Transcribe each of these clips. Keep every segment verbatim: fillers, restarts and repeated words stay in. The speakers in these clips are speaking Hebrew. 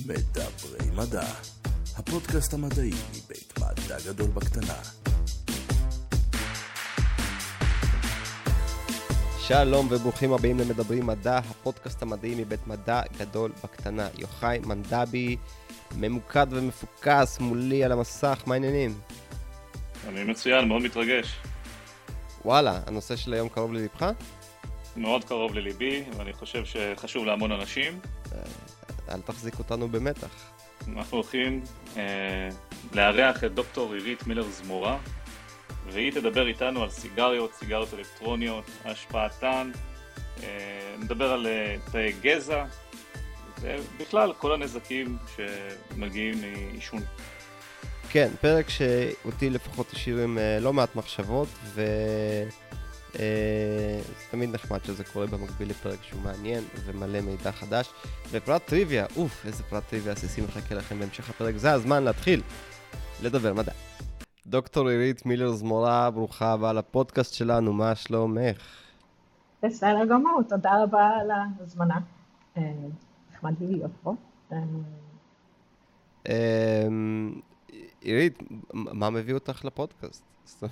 מדברי מדע, הפודקאסט המדעי מבית מדע גדול בקטנה. שלום וברוכים הבאים למדברי מדע, הפודקאסט המדעי מבית מדע גדול בקטנה. יוחאי מנדבי, ממוקד ומפוקס מולי על המסך, מה העניינים? אני מצוין, מאוד מתרגש. וואלה, הנושא של היום קרוב ללבך? מאוד קרוב לליבי, ואני חושב שחשוב להמון אנשים. אל תחזיק אותנו במתח. אנחנו הולכים אה, לארח את דוקטור עירית מילר זמורה, והיא תדבר איתנו על סיגריות, סיגריות אלקטרוניות, השפעתן, אה, נדבר על אה, תאי גזע, ובכלל כל הנזקים שמגיעים מעישון. כן, פרק שאותי לפחות השאיר עם אה, לא מעט מחשבות, ו... אה, זה תמיד נחמד שזה קורה במקביל לפרק שהוא מעניין ומלא מידע חדש. ופרט טריוויה, אוף, איזה פרט טריוויה עסיסי מחכה לכם בהמשך הפרק. זה הזמן להתחיל לדבר מדע. דוקטור עירית מילר זמורה, ברוכה הבאה לפודקאסט שלנו, מה שלומך? בסדר גמור, תודה רבה על ההזמנה. נחמד לי להיות פה. עירית, מה מביא אותך לפודקאסט?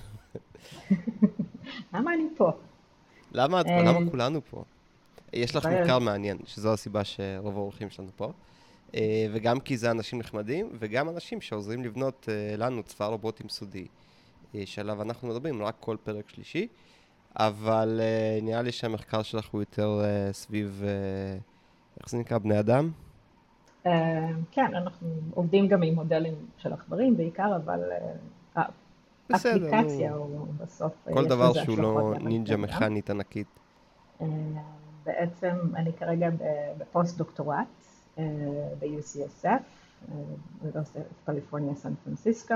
למה אני פה? למה, למה כולנו פה? יש לך מחקר מעניין, שזו הסיבה שרוב האורחים שלנו פה. וגם כי זה אנשים נחמדים, וגם אנשים שעוזרים לבנות לנו צבא רובוטים סודי, שעליו אנחנו מדברים רק כל פרק שלישי, אבל נראה לי שהמחקר שלך הוא יותר סביב, איך זה נקרא, בני אדם? כן, אנחנו עובדים גם עם מודלים של עכברים בעיקר, אבל האפליקציה הוא בסוף... כל דבר שהוא לא נינג'ה מכנית ענקית. בעצם אני כרגע בפוסט דוקטורט ב-יו סי אס אף, באוניברסיטת קליפורניה סן פרנסיסקו,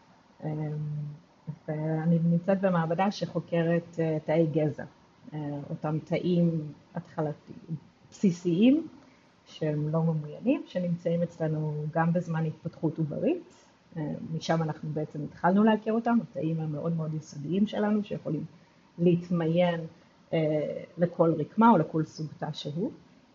ואני נמצאת במעבדה שחוקרת תאי גזע, אותם תאים התחלתיים, בסיסיים, שהם לא ממוינים, שנמצאים אצלנו גם בזמן התפתחות עוברית. משם אנחנו בעצם התחלנו להכיר אותם, התאים המאוד מאוד יסודיים שלנו, שיכולים להתמיין לכל רקמה או לכל סוג תא שהוא.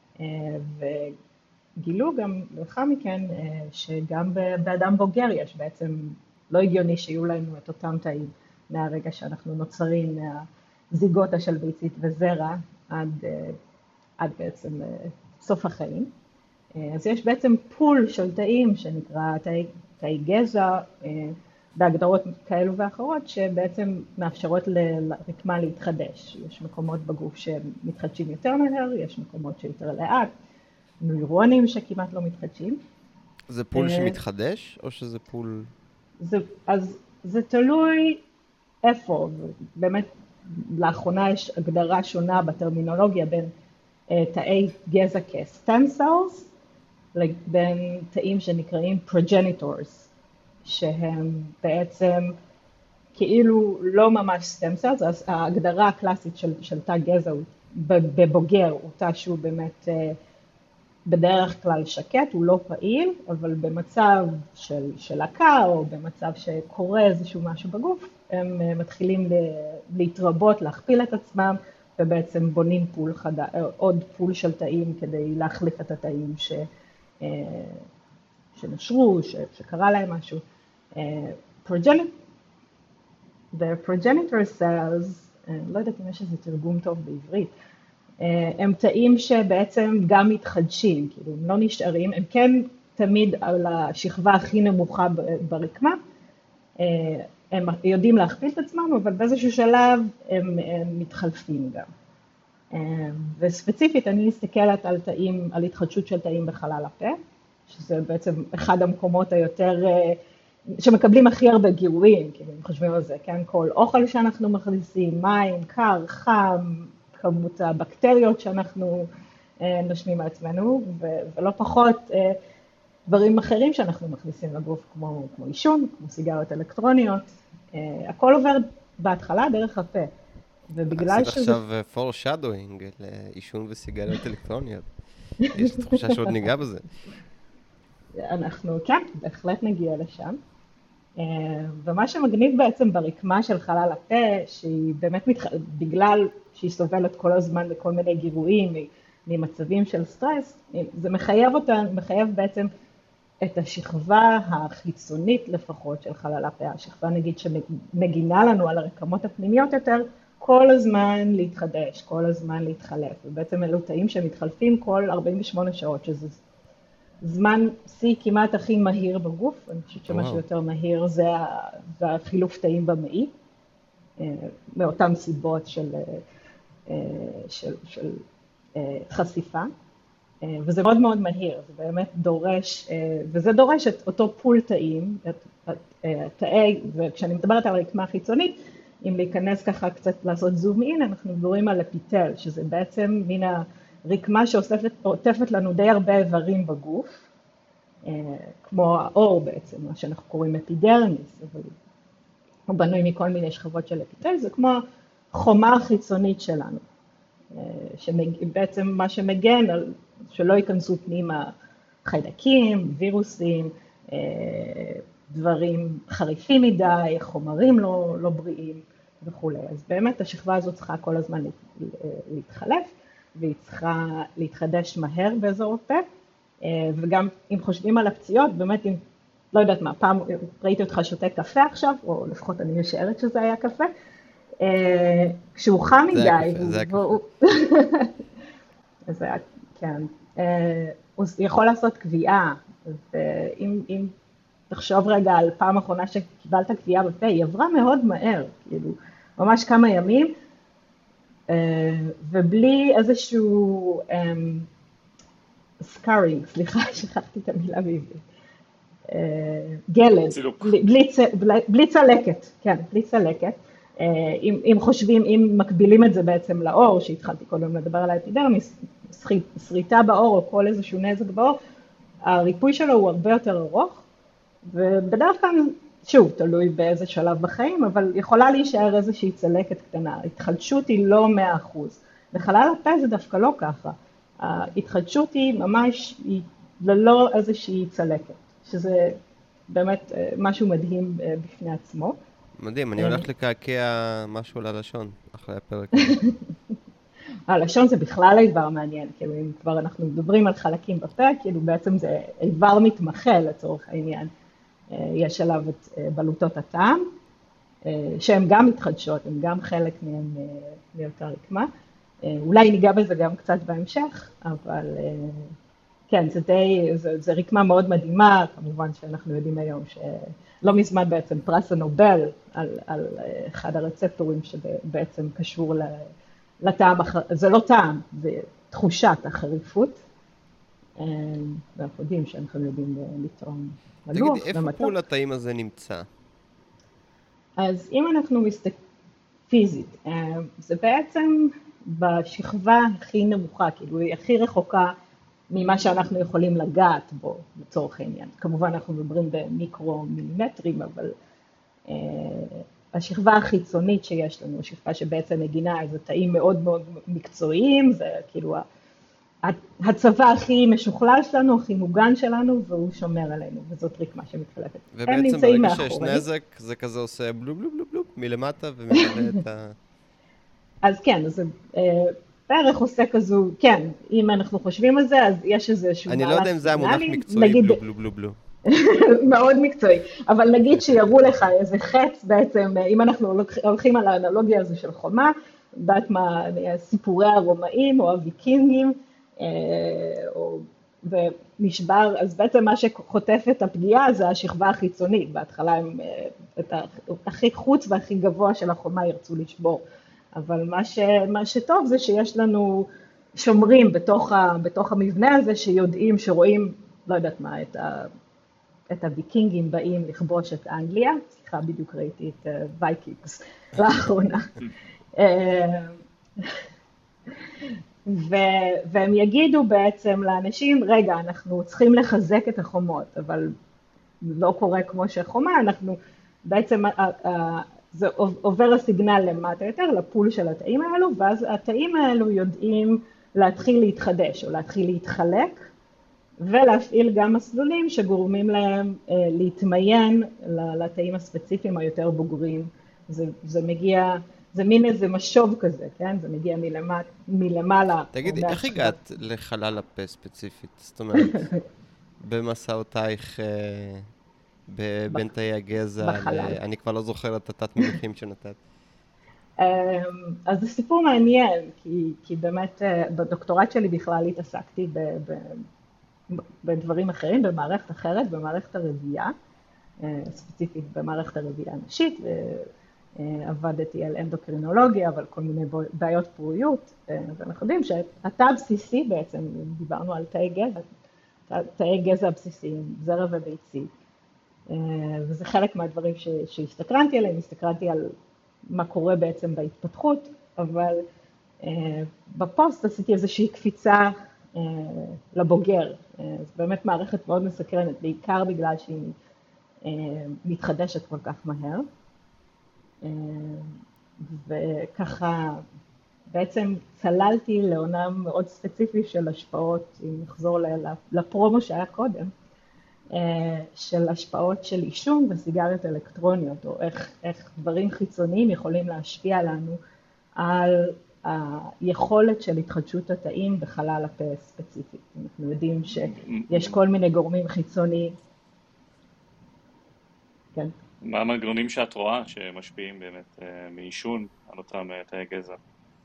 וגילו גם לאחר מכן שגם באדם בוגר יש בעצם לא הגיוני שיהיו לנו את אותם תאים מהרגע שאנחנו נוצרים מהזיגוטה של ביצית וזרע עד, עד בעצם סוף החיים. אז יש בעצם פול של תאים שנקרא תאי, תאי גזע בהגדרות כאלו ואחרות שבעצם מאפשרות לרקמה להתחדש. יש מקומות בגוף שמתחדשים יותר מהר, יש מקומות שיותר לאט, נוירונים שכמעט לא מתחדשים. זה פול שמתחדש או שזה פול... זה, אז זה תלוי איפה, באמת לאחרונה יש הגדרה שונה בטרמינולוגיה בין תאי גזע כ-stem cells, בין תאים שנקראים progenitors, שהם בעצם כאילו לא ממש stem cells, אז ההגדרה הקלאסית של, של תא גזע בבוגר הוא תא שהוא באמת בדרך כלל שקט, הוא לא פעיל, אבל במצב של, של הקה או במצב שקורה איזשהו משהו בגוף, הם מתחילים להתרבות, להכפיל את עצמם, ובעצם בונים פול חדש, עוד פול של תאים כדי להחליף את התאים ש, שנשרו, ש, שקרה להם משהו. Progenitor, the progenitor cells, לא יודעת אם יש איזה תרגום טוב בעברית, הם תאים שבעצם גם מתחדשים, כאילו הם לא נשארים, הם כן תמיד על השכבה הכי נמוכה ברקמה, הם יודעים להכפיל את עצמם, אבל באיזשהו שלב הם, הם מתחלפים גם. וספציפית אני מסתכלת על תאים, על התחדשות של תאים בחלל הפה, שזה בעצם אחד המקומות היותר, שמקבלים הכי הרבה גירויים, כאילו אם חושבים על זה, כן? כל אוכל שאנחנו מכניסים, מים, קר, חם, כמות הבקטריות שאנחנו נושמים מעצמנו, ולא פחות דברים אחרים שאנחנו מכניסים לגוף, כמו, כמו עישון, כמו סיגריות אלקטרוניות, הכל עובר בהתחלה דרך הפה. ובגלל שזה... עשית עכשיו foreshadowing לעישון וסיגריות אלקטרוניות. יש תחושה שעוד ניגע בזה. אנחנו, כן, בהחלט נגיע לשם. ומה שמגניב בעצם ברקמה של חלל הפה, שהיא באמת, מתח... בגלל שהיא סובלת כל הזמן לכל מיני גירויים, ממצבים של סטרס, זה מחייב אותה, מחייב בעצם את השכבה החיצונית לפחות של חלל הפה, השכבה נגיד שמגינה לנו על הרקמות הפנימיות יותר, כל הזמן להתחדש, כל הזמן להתחלף, ובעצם אלו תאים שמתחלפים כל ארבעים ושמונה שעות, שזה זמן C כמעט הכי מהיר בגוף, אני חושבת שמה שיותר מהיר זה החילוף תאים במעי, מאותן סיבות של, של, של חשיפה, וזה מאוד מאוד מהיר, זה באמת דורש, וזה דורש את אותו פול תאים, את תאי, וכשאני מדברת על הרקמה החיצונית, אם להיכנס ככה קצת לעשות זום אין, אנחנו מדברים על אפיטל, שזה בעצם מן הרקמה שעוטפת לנו די הרבה איברים בגוף, כמו האור בעצם, מה שאנחנו קוראים אפידרמיס, אבל הוא בנוי מכל מיני שכבות של אפיטל, זה כמו חומה החיצונית שלנו, שבעצם מה שמגן על שלא ייכנסו פנימה חיידקים, וירוסים, דברים חריפים מדי, חומרים לא, לא בריאים וכו'. אז באמת השכבה הזאת צריכה כל הזמן להתחלף, והיא צריכה להתחדש מהר באזור הפה, וגם אם חושבים על הפציעות, באמת אם, לא יודעת מה, פעם ראיתי אותך שותה קפה עכשיו, או לפחות אני משערת שזה היה קפה, כשהוא חם מדי, זה היה קפה. זה היה, כן. הוא יכול לעשות קביעה, ואם אם תחשוב רגע על פעם האחרונה שקיבלת קביעה בפה, היא עברה מאוד מהר, כאילו, ממש כמה ימים, ובלי איזשהו סקארינג, סליחה, שכחתי את המילה בעברית, גלד, בלי צלקת, כן, בלי צלקת. אם, אם חושבים, אם מקבילים את זה בעצם לאור, שהתחלתי קודם לדבר על האפידרמיס, שריטה באור או כל איזשהו נזק באור, הריפוי שלו הוא הרבה יותר ארוך, ובדרך כלל, שוב, תלוי באיזה שלב בחיים, אבל יכולה להישאר איזושהי צלקת קטנה. ההתחדשות היא לא מאה אחוז. בחלל הפה זה דווקא לא ככה. ההתחדשות היא ממש, היא ללא איזושהי צלקת, שזה באמת משהו מדהים בפני עצמו. מדהים, אני הולך לקעקע משהו ללשון, אחרי הפרק. הלשון זה בכלל איבר מעניין, כאילו אם כבר אנחנו מדברים על חלקים בפה, כאילו בעצם זה איבר מתמחה לצורך העניין. יש עליו את בלוטות הטעם, שהן גם מתחדשות, הן גם חלק מהן מאותה רקמה. אולי ניגע בזה גם קצת בהמשך, אבל כן, זה די, זה, זה רקמה מאוד מדהימה, כמובן שאנחנו יודעים היום שלא מזמן בעצם פרס הנובל על, על אחד הרצפטורים שבעצם קשור לטעם, זה לא טעם, זה תחושת החריפות, ואנחנו יודעים שאנחנו יודעים לטעום מלוח. תגידי, איפה פול התאים הזה נמצא? אז אם אנחנו מסתכלים פיזית, זה בעצם בשכבה הכי נמוכה, כאילו היא הכי רחוקה ממה שאנחנו יכולים לגעת בו לצורך העניין. כמובן אנחנו מדברים במיקרו מילימטרים, אבל אה, השכבה החיצונית שיש לנו, השכבה שבעצם מגינה, זה תאים מאוד מאוד מקצועיים, זה כאילו הצבא הכי משוכלל שלנו, הכי מוגן שלנו, והוא שומר עלינו, וזאת רקמה שמתחלפת. ובעצם ברגע שיש נזק, זה כזה עושה בלוב בלוב בלוב בלוב מלמטה ומגלה את ה... אז כן, אז בערך עושה כזו, כן, אם אנחנו חושבים על זה, אז יש איזשהו אני לא יודע אם זה המונח מקצועי, בלוב בלוב בלוב בלוב. מאוד מקצועי, אבל נגיד שיראו לך איזה חץ בעצם, אם אנחנו הולכים על האנלוגיה הזו של חומה, יודעת מה, סיפורי הרומאים או הוויקינגים, או, ונשבר, אז בעצם מה שחוטף את הפגיעה זה השכבה החיצונית, בהתחלה הם את הכי חוץ והכי גבוה של החומה ירצו לשבור, אבל מה, ש, מה שטוב זה שיש לנו שומרים בתוך, ה, בתוך המבנה הזה שיודעים, שרואים, לא יודעת מה, את, ה, את הוויקינגים באים לכבוש את אנגליה, סליחה, בדיוק ראיתי את וייקינגס לאחרונה. ו, והם יגידו בעצם לאנשים, רגע, אנחנו צריכים לחזק את החומות, אבל לא קורה כמו שחומה, אנחנו בעצם, זה עובר הסיגנל למטה יותר, לפול של התאים האלו, ואז התאים האלו יודעים להתחיל להתחדש, או להתחיל להתחלק, ולהפעיל גם מסלולים שגורמים להם אה, להתמיין לתאים הספציפיים היותר בוגרים. זה, זה מגיע, זה מין איזה משוב כזה, כן? זה מגיע מלמעלה. מלמעלה תגידי, איך הגעת לחלל הפה ספציפית? זאת אומרת, במסעותייך בין תאי הגזע, בחלל. אני כבר לא זוכר את התת מונחים שנתת. אז זה סיפור מעניין, כי, כי באמת בדוקטורט שלי בכלל התעסקתי ב, ב, בדברים אחרים, במערכת אחרת, במערכת הרבייה, ספציפית במערכת הרבייה הנשית, ועבדתי על אנדוקרינולוגיה, אבל כל מיני בעיות פוריות, ואנחנו יודעים שהתא הבסיסי בעצם, דיברנו על תאי גזע, תאי גזע הבסיסיים, זרע וביצית, וזה חלק מהדברים שהסתקרנתי עליהם, הסתקרנתי על מה קורה בעצם בהתפתחות, אבל בפוסט עשיתי איזושהי קפיצה לבוגר. זו באמת מערכת מאוד מסקרנת, בעיקר בגלל שהיא מתחדשת כל כך מהר. וככה בעצם צללתי לעולם מאוד ספציפי של השפעות, אם נחזור לפרומו שהיה קודם, של השפעות של עישון וסיגריות אלקטרוניות, או איך, איך דברים חיצוניים יכולים להשפיע לנו על היכולת של התחדשות התאים בחלל הפה ספציפית. אנחנו יודעים שיש כל מיני גורמים חיצוניים. כן. מה המנגנונים שאת רואה שמשפיעים באמת מעישון על אותם תאי גזע?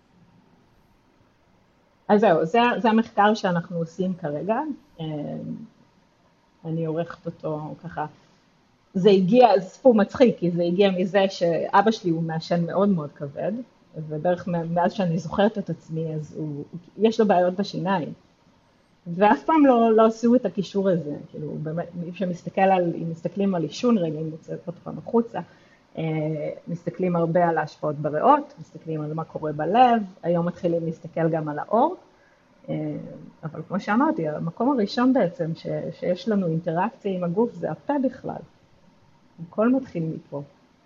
אז זהו, זה, זה המחקר שאנחנו עושים כרגע. אני עורכת אותו ככה. זה הגיע, זה סיפור מצחיק, כי זה הגיע מזה שאבא שלי הוא מעשן מאוד מאוד כבד, ובערך מאז שאני זוכרת את עצמי, אז הוא, יש לו בעיות בשיניים. ואף פעם לא, לא עשו את הקישור הזה, כאילו, באמת, מי שמסתכל על, אם מסתכלים על עישון רגע, אם מוצא עוד פעם החוצה, מסתכלים הרבה על ההשפעות בריאות, מסתכלים על מה קורה בלב, היום מתחילים להסתכל גם על האור, אבל כמו שאמרתי, המקום הראשון בעצם ש, שיש לנו אינטראקציה עם הגוף זה הפה בכלל. הכל מתחיל מפה.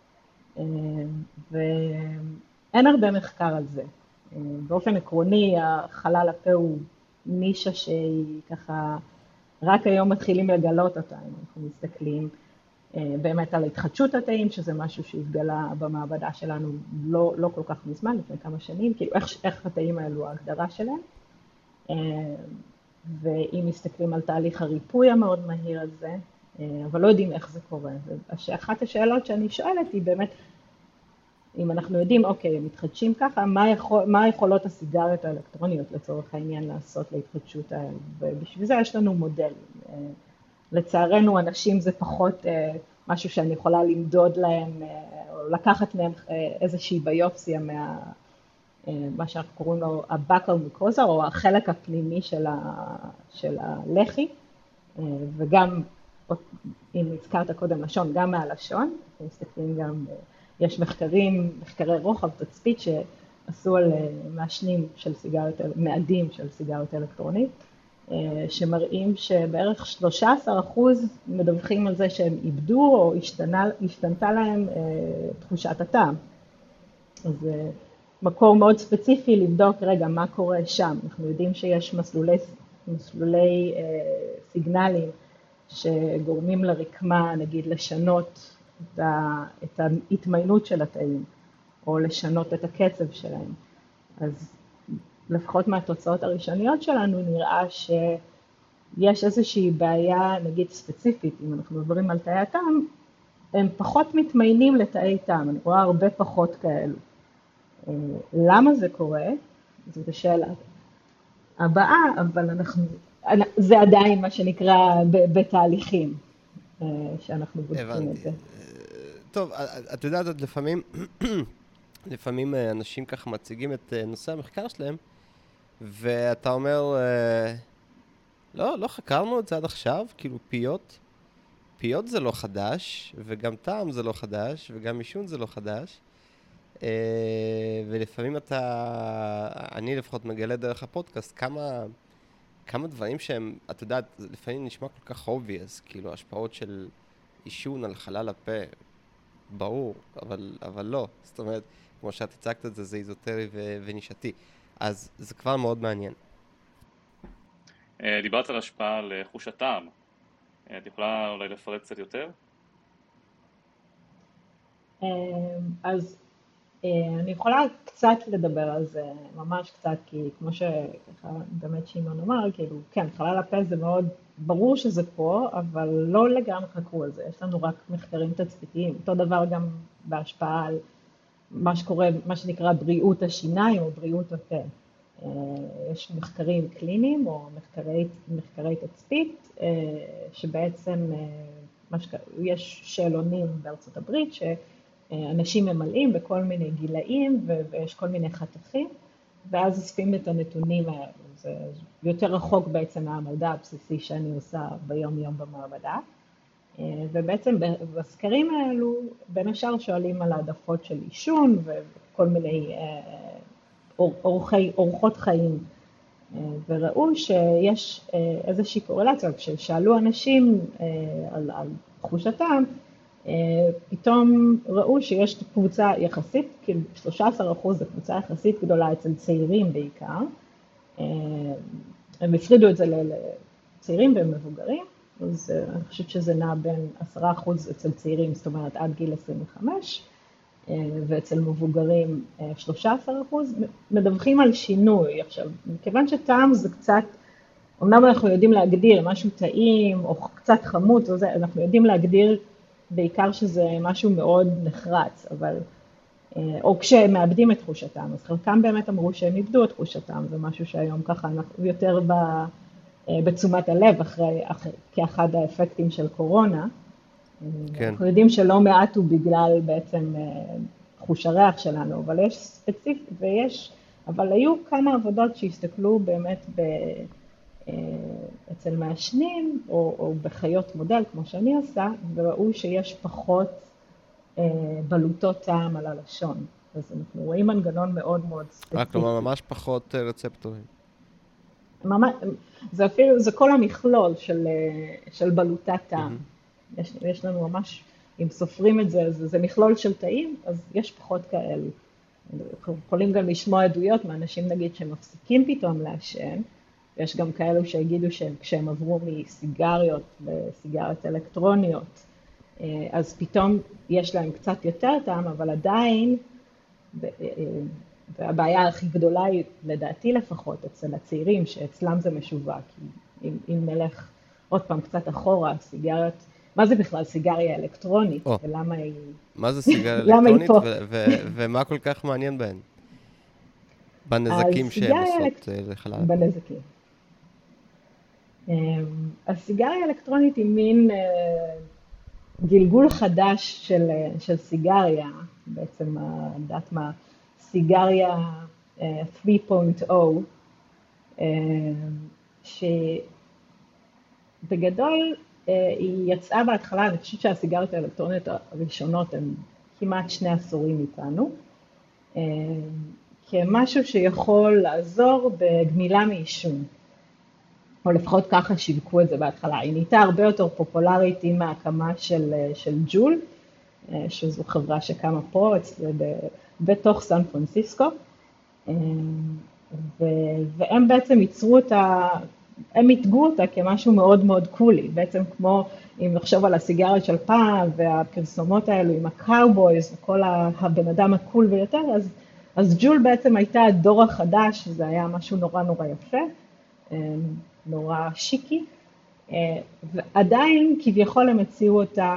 ואין הרבה מחקר על זה. באופן עקרוני, החלל הפה הוא נישה שהיא ככה, רק היום מתחילים לגלות אותה, אם אנחנו מסתכלים באמת על התחדשות התאים, שזה משהו שהתגלה במעבדה שלנו לא, לא כל כך מזמן, לפני כמה שנים, כאילו איך, איך התאים האלו, ההגדרה שלהם. ואם מסתכלים על תהליך הריפוי המאוד מהיר הזה, אבל לא יודעים איך זה קורה. ואחת השאלות שאני שואלת היא באמת, אם אנחנו יודעים, אוקיי, הם מתחדשים ככה, מה, יכול, מה יכולות הסיגריות האלקטרוניות לצורך העניין לעשות להתחדשות האלה? ובשביל זה יש לנו מודלים. לצערנו, אנשים זה פחות משהו שאני יכולה למדוד להם, או לקחת מהם איזושהי ביופסיה מה... מה שאנחנו קוראים לו הבקל מיקוזה, או החלק הפנימי של, ה, של הלחי, וגם, אם הזכרת קודם לשון, גם מהלשון, אנחנו מסתכלים גם, יש מחקרים, מחקרי רוחב, תצפית, שעשו על מעשנים של סיגריות, מאדים של סיגריות אלקטרונית, שמראים שבערך שלושה עשר אחוז מדווחים על זה שהם איבדו, או השתנה, השתנתה להם תחושת הטעם. אז מקור מאוד ספציפי לבדוק רגע מה קורה שם. אנחנו יודעים שיש מסלולי, מסלולי אה, סיגנלים שגורמים לרקמה, נגיד, לשנות את, ה, את ההתמיינות של התאים, או לשנות את הקצב שלהם. אז לפחות מהתוצאות הראשוניות שלנו נראה שיש איזושהי בעיה, נגיד, ספציפית, אם אנחנו מדברים על תאי הטעם, הם פחות מתמיינים לתאי טעם, אני רואה הרבה פחות כאלו. למה זה קורה? זאת השאלה הבאה, אבל אנחנו, זה עדיין מה שנקרא בתהליכים שאנחנו בודקים את זה. טוב, את יודעת, לפעמים, לפעמים אנשים ככה מציגים את נושא המחקר שלהם, ואתה אומר, לא, לא חקרנו את זה עד עכשיו, כאילו פיות, פיות זה לא חדש, וגם טעם זה לא חדש, וגם עישון זה לא חדש, ולפעמים אתה, אני לפחות מגלה דרך הפודקאסט, כמה, כמה דברים שהם, את יודעת, לפעמים נשמע כל כך obvious, כאילו השפעות של עישון על חלל הפה, ברור, אבל, אבל לא. זאת אומרת, כמו שאת הצגת את זה, זה איזוטרי ו- ונישתי. אז זה כבר מאוד מעניין. דיברת על השפעה על חוש הטעם. את יכולה אולי לפרט קצת יותר? אז אני יכולה קצת לדבר על זה, ממש קצת, כי כמו שככה באמת שמעון אמר, כאילו, כן, חלל הפה זה מאוד ברור שזה פה, אבל לא לגמרי חקרו על זה, יש לנו רק מחקרים תצפיתיים, אותו דבר גם בהשפעה על מה שקורה, מה שנקרא בריאות השיניים או בריאות הפה. יש מחקרים קליניים או מחקרי, מחקרי תצפית, שבעצם יש שאלונים בארצות הברית, שאנשים ממלאים בכל מיני גילאים ויש כל מיני חתכים, ואז אוספים את הנתונים האלה. זה יותר רחוק בעצם מהמדע הבסיסי שאני עושה ביום יום במעבדה. ובעצם בסקרים האלו, בין השאר שואלים על העדפות של עישון וכל מיני אורחי, אורחות חיים, וראו שיש איזושהי קורלציה, כששאלו אנשים על, על תחושתם, פתאום ראו שיש קבוצה יחסית, כאילו שלושה עשר אחוז זה קבוצה יחסית גדולה אצל צעירים בעיקר, הם הפרידו את זה לצעירים ומבוגרים, אז אני חושבת שזה נע בין עשרה אחוז אצל צעירים, זאת אומרת עד גיל עשרים וחמש, ואצל מבוגרים שלושה עשר אחוז, מדווחים על שינוי. עכשיו, מכיוון שטעם זה קצת, אמנם אנחנו יודעים להגדיר משהו טעים או קצת חמוץ, או זה, אנחנו יודעים להגדיר בעיקר שזה משהו מאוד נחרץ, אבל, או כשהם מאבדים את תחושתם, אז חלקם באמת אמרו שהם איבדו את תחושתם, זה משהו שהיום ככה אנחנו יותר ב, בתשומת הלב אחרי, אחרי, כאחד האפקטים של קורונה, כן. אנחנו יודעים שלא מעט הוא בגלל בעצם חוש הריח שלנו, אבל יש ספציפית, ויש, אבל היו כמה עבודות שהסתכלו באמת ב, אצל מעשנים, או, או בחיות מודל, כמו שאני עושה, וראו שיש פחות בלוטות טעם על הלשון. אז אנחנו רואים מנגנון מאוד מאוד ספציפי. רק כלומר, ממש פחות רצפטורים. ממש, זה אפילו, זה כל המכלול של, של בלוטת טעם. Mm-hmm. יש, יש לנו ממש, אם סופרים את זה, זה, זה מכלול של תאים, אז יש פחות כאלו. אנחנו יכולים גם לשמוע עדויות מאנשים, נגיד, שמפסיקים פתאום לעשן, ויש גם כאלו שהגידו שהם, כשהם עברו מסיגריות לסיגריות אלקטרוניות, אז פתאום יש להם קצת יותר טעם, אבל עדיין, והבעיה הכי גדולה היא, לדעתי לפחות, אצל הצעירים, שאצלם זה משווק. אם, אם נלך עוד פעם קצת אחורה, סיגריות, מה זה בכלל סיגריה אלקטרונית? Oh. ולמה היא... מה זה סיגריה אלקטרונית ו- ו- ומה כל כך מעניין בהן? בנזקים שהן עושות לחלל. בנזקים. הסיגריה האלקטרונית היא מין גלגול חדש של, של סיגריה, בעצם, יודעת מה, סיגריה שלוש נקודה אפס, שבגדול היא יצאה בהתחלה, אני חושבת שהסיגריות האלקטרוניות הראשונות הן כמעט שני עשורים איתנו, כמשהו שיכול לעזור בגמילה מעישון. או לפחות ככה שיווקו את זה בהתחלה. היא נהייתה הרבה יותר פופולרית עם ההקמה של, של ג'ול, שזו חברה שקמה פה, בתוך סן פרנסיסקו, ו, והם בעצם ייצרו אותה, הם התגו אותה כמשהו מאוד מאוד קולי, בעצם כמו אם נחשוב על הסיגריות של פעם, והפרסומות האלו עם הקאובויז, וכל הבן אדם הקול ביותר, אז, אז ג'ול בעצם הייתה הדור החדש, זה היה משהו נורא נורא יפה, נורא שיקי, ועדיין כביכול הם הציעו אותה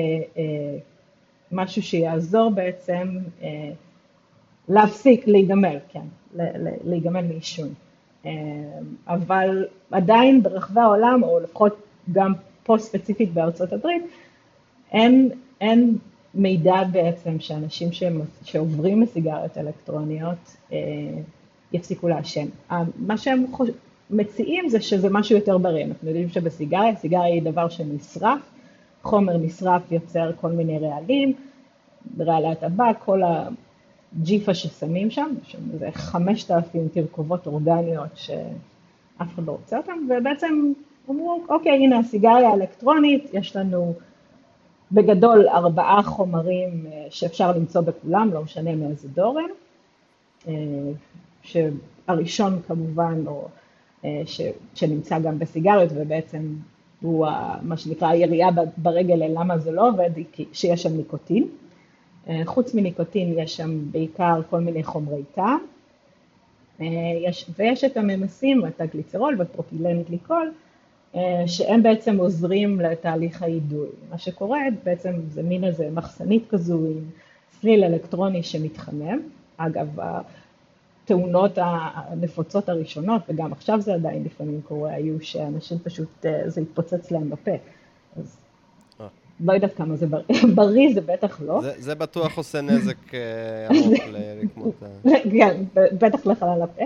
כמשהו שיעזור בעצם להפסיק, להיגמל, כן, להיגמל מעישון. אבל עדיין ברחבי העולם, או לפחות גם פה ספציפית בארצות הברית, אין, אין מידע בעצם שאנשים שעוברים מסיגריות אלקטרוניות יפסיקו לעשן. מה שהם חושבים, מציעים זה שזה משהו יותר בריא. אנחנו יודעים שבסיגריה, סיגריה היא דבר שנשרף, חומר נשרף יוצר כל מיני רעלים, רעלי הטבק, כל הג'יפה ששמים שם, זה חמשת אלפים תרכובות אורגניות שאף אחד לא רוצה אותן, ובעצם אמרו, אוקיי, הנה הסיגריה האלקטרונית, יש לנו בגדול ארבעה חומרים שאפשר למצוא בכולם, לא משנה מאיזה דור הם, שהראשון כמובן, או ש, שנמצא גם בסיגריות, ובעצם הוא מה שנקרא הירייה ברגל למה זה לא עובד, שיש שם ניקוטין. חוץ מניקוטין יש שם בעיקר כל מיני חומרי טעם, יש, ויש את הממסים, את הגליצרול ופרופילן גליקול, שהם בעצם עוזרים לתהליך האידוי. מה שקורה בעצם זה מין איזה מחסנית כזו עם סליל אלקטרוני שמתחמם. אגב, התאונות הנפוצות הראשונות, וגם עכשיו זה עדיין לפעמים קורה, היו שאנשים פשוט, זה התפוצץ להם בפה. אז לא יודעת כמה זה בריא, זה בטח לא. זה, זה בטוח עושה נזק עמוק לרקמות. כן, בטח לחלל הפה.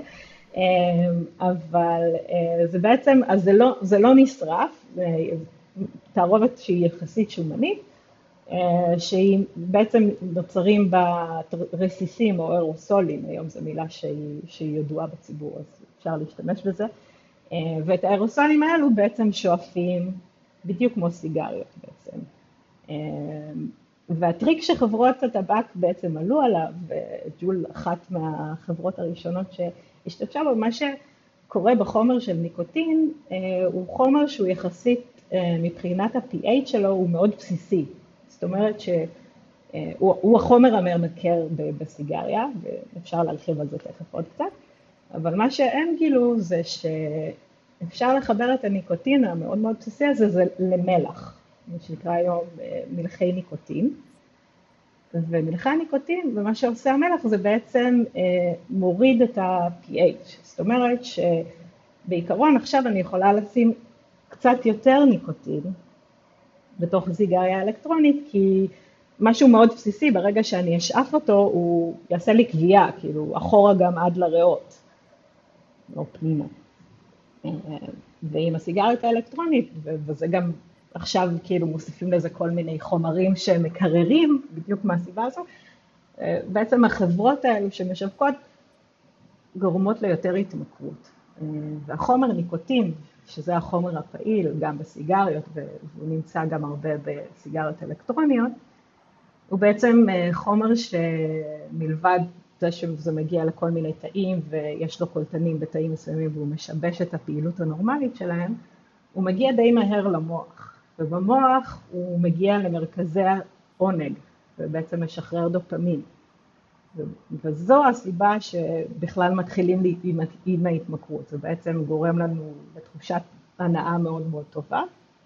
אבל זה בעצם, אז זה לא, זה לא נשרף, תערובת שהיא יחסית שומנית, שהיא בעצם נוצרים ברסיסים או אירוסולים, היום זו מילה שהיא, שהיא ידועה בציבור, אז אפשר להשתמש בזה. ואת האירוסולים האלו בעצם שואפים בדיוק כמו סיגריות בעצם. והטריק שחברות הטבק בעצם עלו עליו, וג'ול אחת מהחברות הראשונות שהשתמשה בו, מה שקורה בחומר של ניקוטין, הוא חומר שהוא יחסית מבחינת ה-פי אייץ' שלו, הוא מאוד בסיסי. זאת אומרת שהוא החומר הממכר בסיגריה, ואפשר להרחיב על זה תכף עוד קצת, אבל מה שהם גילו זה שאפשר לחבר את הניקוטין המאוד מאוד בסיסי הזה, זה למלח, מה שנקרא היום מלחי ניקוטין. ומלחי הניקוטין, ומה שעושה המלח זה בעצם מוריד את ה-פי אייץ'. זאת אומרת שבעיקרון עכשיו אני יכולה לשים קצת יותר ניקוטין, בתוך סיגריה אלקטרונית, כי משהו מאוד בסיסי, ברגע שאני אשאף אותו, הוא יעשה לי קביעה, כאילו, אחורה גם עד לריאות, לא פנימה. ועם הסיגריות האלקטרונית, וזה גם עכשיו כאילו מוסיפים לזה כל מיני חומרים שמקררים, בדיוק מהסיבה הזו, בעצם החברות האלו שמשווקות גורמות ליותר התמכרות. והחומר ניקוטין, שזה החומר הפעיל גם בסיגריות, והוא נמצא גם הרבה בסיגריות אלקטרוניות, הוא בעצם חומר שמלבד זה שזה מגיע לכל מיני תאים, ויש לו קולטנים בתאים מסוימים, והוא משבש את הפעילות הנורמלית שלהם, הוא מגיע די מהר למוח, ובמוח הוא מגיע למרכזי העונג, ובעצם משחרר דופמין. וזו הסיבה שבכלל מתחילים עם ההתמכרות, זה בעצם גורם לנו לתחושת הנאה מאוד מאוד טובה.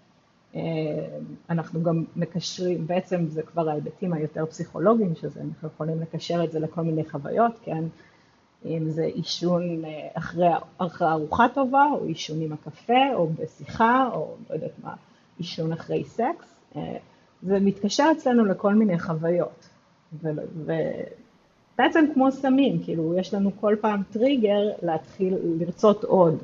אנחנו גם מקשרים, בעצם זה כבר ההיבטים היותר פסיכולוגיים, שזה אנחנו יכולים לקשר את זה לכל מיני חוויות, כן? אם זה עישון אחרי, אחרי ארוחה טובה, או עישון עם הקפה, או בשיחה, או לא יודעת מה, עישון אחרי סקס, זה מתקשר אצלנו לכל מיני חוויות. ו... ו... בעצם כמו סמים, כאילו יש לנו כל פעם טריגר להתחיל לרצות עוד,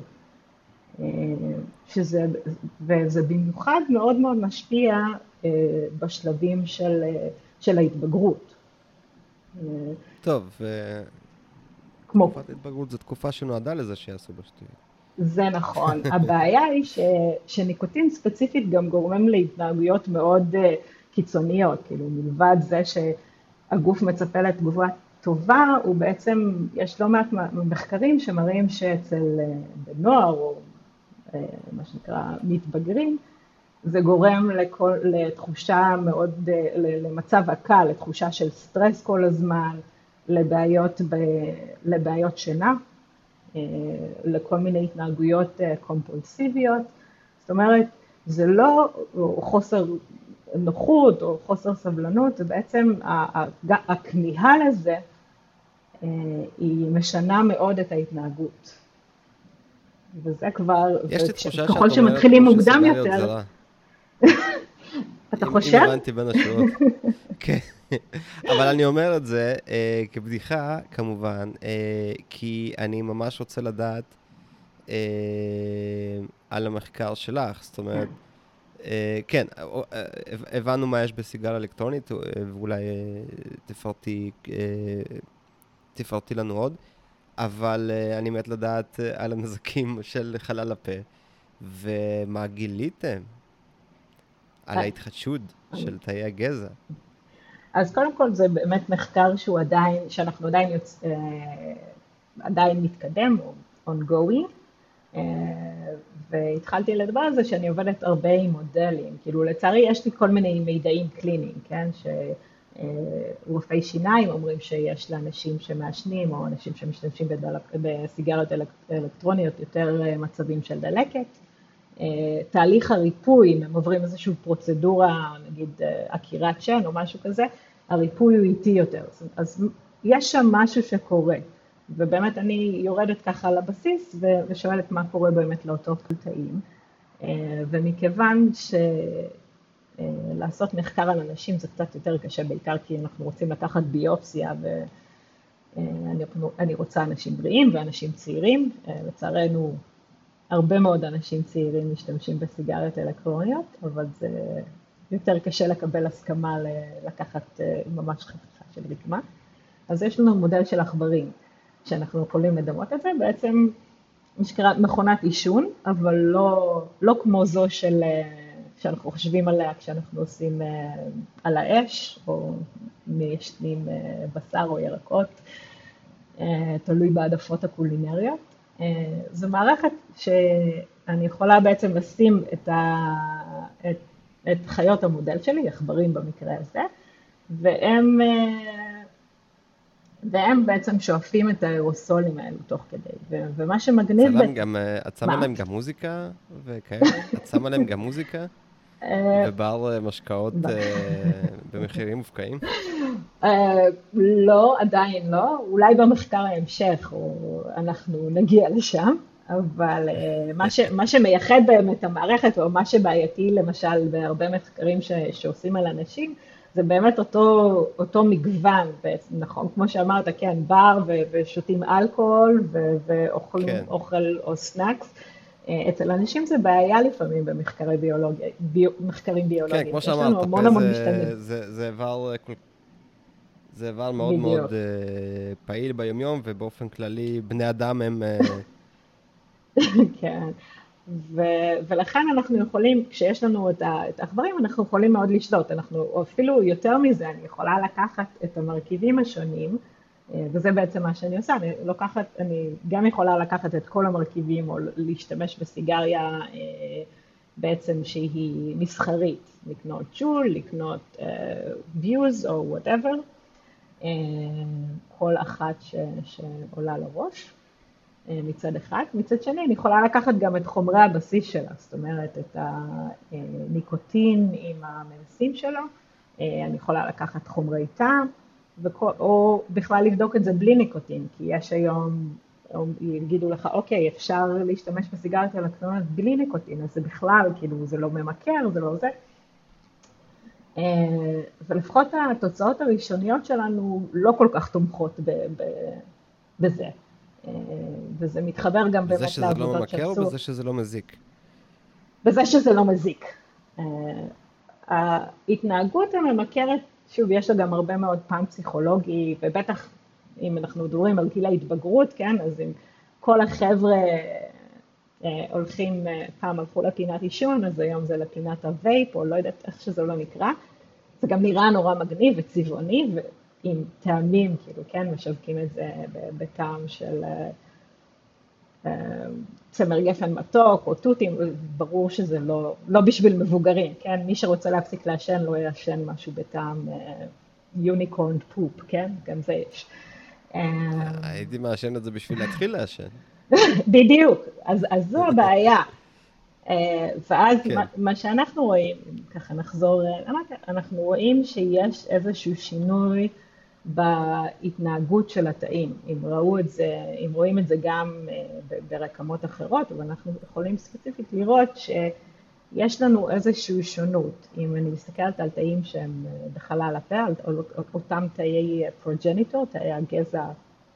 שזה, וזה במיוחד מאוד מאוד משפיע בשלבים של, של ההתבגרות. טוב, כמו... תקופת ההתבגרות זו תקופה שנועדה לזה שיעשו בשטויות. זה נכון, הבעיה היא ש, שניקוטין ספציפית גם גורם להתנהגויות מאוד קיצוניות, כאילו מלבד זה שהגוף מצפה לתגובה טובה, הוא בעצם, יש לא מעט מחקרים שמראים שאצל בנוער, או מה שנקרא מתבגרים, זה גורם לכל, לתחושה מאוד, למצב הקל, לתחושה של סטרס כל הזמן, לבעיות, ב, לבעיות שינה, לכל מיני התנהגויות קומפולסיביות. זאת אומרת, זה לא חוסר נוחות או חוסר סבלנות, זה בעצם הכמיהה לזה, היא משנה מאוד את ההתנהגות. וזה כבר, ככל שמתחילים מוקדם יותר. אתה חושב? אם הבנתי בין השורות. כן. אבל אני אומר את זה כבדיחה, כמובן, כי אני ממש רוצה לדעת על המחקר שלך. זאת אומרת, כן, הבנו מה יש בסיגריה אלקטרונית, ואולי תפרטי, תפרטי לנו עוד, אבל אני מת לדעת על הנזקים של חלל הפה, ומה גיליתם על ההתחדשות של תאי הגזע. אז קודם כל זה באמת מחקר שהוא עדיין, שאנחנו עדיין יוצ... עדיין מתקדם, או ongoing, והתחלתי לדבר על זה שאני עובדת הרבה עם מודלים, כאילו לצערי יש לי כל מיני מידעים קליניים, כן, רופאי שיניים אומרים שיש לאנשים שמעשנים או אנשים שמשתמשים בסיגריות אלקטרוניות יותר מצבים של דלקת. תהליך הריפוי, אם הם עוברים איזושהי פרוצדורה, נגיד עקירת שן או משהו כזה, הריפוי הוא איטי יותר. אז יש שם משהו שקורה, ובאמת אני יורדת ככה על הבסיס ושואלת מה קורה באמת לאותו תאים. ומכיוון שלעשות מחקר על אנשים זה קצת יותר קשה, בעיקר כי אנחנו רוצים לקחת ביופסיה, ואני רוצה אנשים בריאים ואנשים צעירים. לצערנו, הרבה מאוד אנשים צעירים משתמשים בסיגריות אלקטרוניות, אבל זה יותר קשה לקבל הסכמה לקחת ממש חתיכה של רקמה. אז יש לנו מודל של עכברים, שאנחנו יכולים לדמות את זה, בעצם משקרה מכונת עישון, אבל לא, לא כמו זו של, שאנחנו חושבים עליה כשאנחנו עושים על האש, או מיישנים בשר או ירקות, תלוי בעדפות הקולינריות. זו מערכת שאני יכולה בעצם לשים את, ה, את, את חיות המודל שלי, עכברים במקרה הזה, והם, והם בעצם שואפים את האירוסולים האלו תוך כדי, ו, ומה שמגניב... את שמה להם גם מוזיקה וכאלה? את שמה להם גם מוזיקה? ובר משקאות במחירים מופקעים? לא, עדיין לא. אולי במחקר ההמשך אנחנו נגיע לשם, אבל מה שמייחד באמת המערכת, או מה שבעייתי למשל בהרבה מחקרים שעושים על אנשים, זה באמת אותו מגוון, נכון? כמו שאמרת, כן, בר ושותים אלכוהול ואוכלים אוכל או סנאקס, אצל אנשים זה בעיה לפעמים במחקרי ביולוגיה, מחקרים ביולוגיים. כן, כמו שאמרת, יש לנו המון המון משתנים. זה עבר, זה עבר מאוד מאוד פעיל ביומיום, ובאופן כללי בני אדם הם... כן, ולכן אנחנו יכולים, כשיש לנו את העכברים, אנחנו יכולים מאוד לשלוט. אנחנו, אפילו יותר מזה, אני יכולה לקחת את המרכיבים השונים, וזה בעצם מה שאני עושה, אני לוקחת, אני גם יכולה לקחת את כל המרכיבים, או להשתמש בסיגריה בעצם שהיא מסחרית, לקנות צ'ול, לקנות views או whatever, כל אחת ש, שעולה לראש מצד אחד. מצד שני, אני יכולה לקחת גם את חומרי הבסיס שלה, זאת אומרת, את הניקוטין עם המנסים שלו, אני יכולה לקחת חומרי טעם, או בכלל לבדוק את זה בלי ניקוטין, כי יש היום, יגידו לך, אוקיי, אפשר להשתמש בסיגריות אלקטרוניות בלי ניקוטין, אז זה בכלל, כאילו, זה לא ממכר, זה לא זה. ולפחות התוצאות הראשוניות שלנו לא כל כך תומכות בזה. וזה מתחבר גם באמת לעבודות שעשו. בזה שזה לא ממכר או בזה שזה לא מזיק? בזה שזה לא מזיק. ההתנהגות הממכרת, שוב, יש לה גם הרבה מאוד פן פסיכולוגי, ובטח אם אנחנו מדברים על גיל ההתבגרות, כן, אז אם כל החבר'ה אה, הולכים, אה, פעם הלכו לפינת עישון, אז היום זה לפינת הווייפ, או לא יודעת איך שזה לא נקרא, זה גם נראה נורא מגניב וצבעוני, ועם טעמים, כאילו, כן, משווקים את זה בטעם של אה, אה, צמר גפן מתוק או תותים, ברור שזה לא, לא בשביל מבוגרים, כן? מי שרוצה להפסיק לעשן לא יעשן משהו בטעם יוניקורן פופ, כן? גם זה יש. הייתי מעשן את זה בשביל להתחיל לעשן. בדיוק, אז, אז זו הבעיה. ואז כן. מה, מה שאנחנו רואים, ככה נחזור, אנחנו רואים שיש איזשהו שינוי בהתנהגות של התאים. אם ראו את זה, אם רואים את זה גם ברקמות אחרות, אבל אנחנו יכולים ספציפית לראות שיש לנו איזושהי שונות. אם אני מסתכלת על תאים שהם בחלל הפה, על אותם תאי פרוג'ניטור, תאי הגזע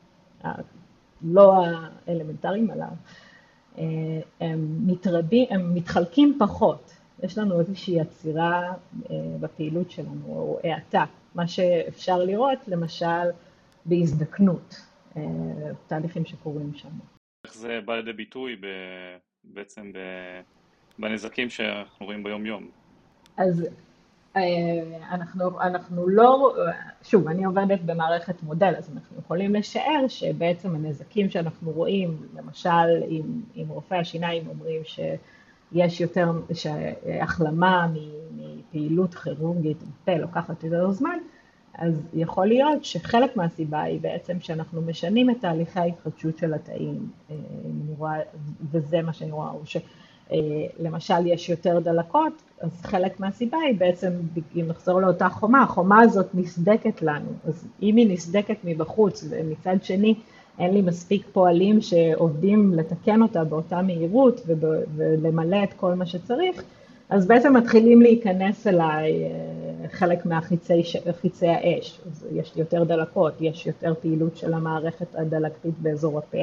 לא האלמנטריים עליו, הם מתרבים, הם מתחלקים פחות. יש לנו איזושהי יצירה בפעילות שלנו, או האטה. מה שאפשר לראות, למשל, בהזדקנות, תהליכים שקורים שם. איך זה בא לידי ביטוי בעצם בנזקים שאנחנו רואים ביום-יום? אז אנחנו, אנחנו לא, שוב, אני עובדת במערכת מודל, אז אנחנו יכולים לשער שבעצם הנזקים שאנחנו רואים, למשל, עם, עם רופאי השיניים אומרים שיש יותר, שהחלמה מפעילות כירורגית בפה לוקחת יותר זמן, אז יכול להיות שחלק מהסיבה היא בעצם שאנחנו משנים את תהליכי ההתחדשות של התאים, וזה מה שאני רואה, שלמשל יש יותר דלקות, אז חלק מהסיבה היא בעצם, אם נחזור לאותה חומה, החומה הזאת נסדקת לנו, אז אם היא נסדקת מבחוץ, ומצד שני אין לי מספיק פועלים שעובדים לתקן אותה באותה מהירות, ולמלא את כל מה שצריך, אז בעצם מתחילים להיכנס אליי חלק מהחיצי האש, אז יש יותר דלקות, יש יותר פעילות של המערכת הדלקתית באזור הפה,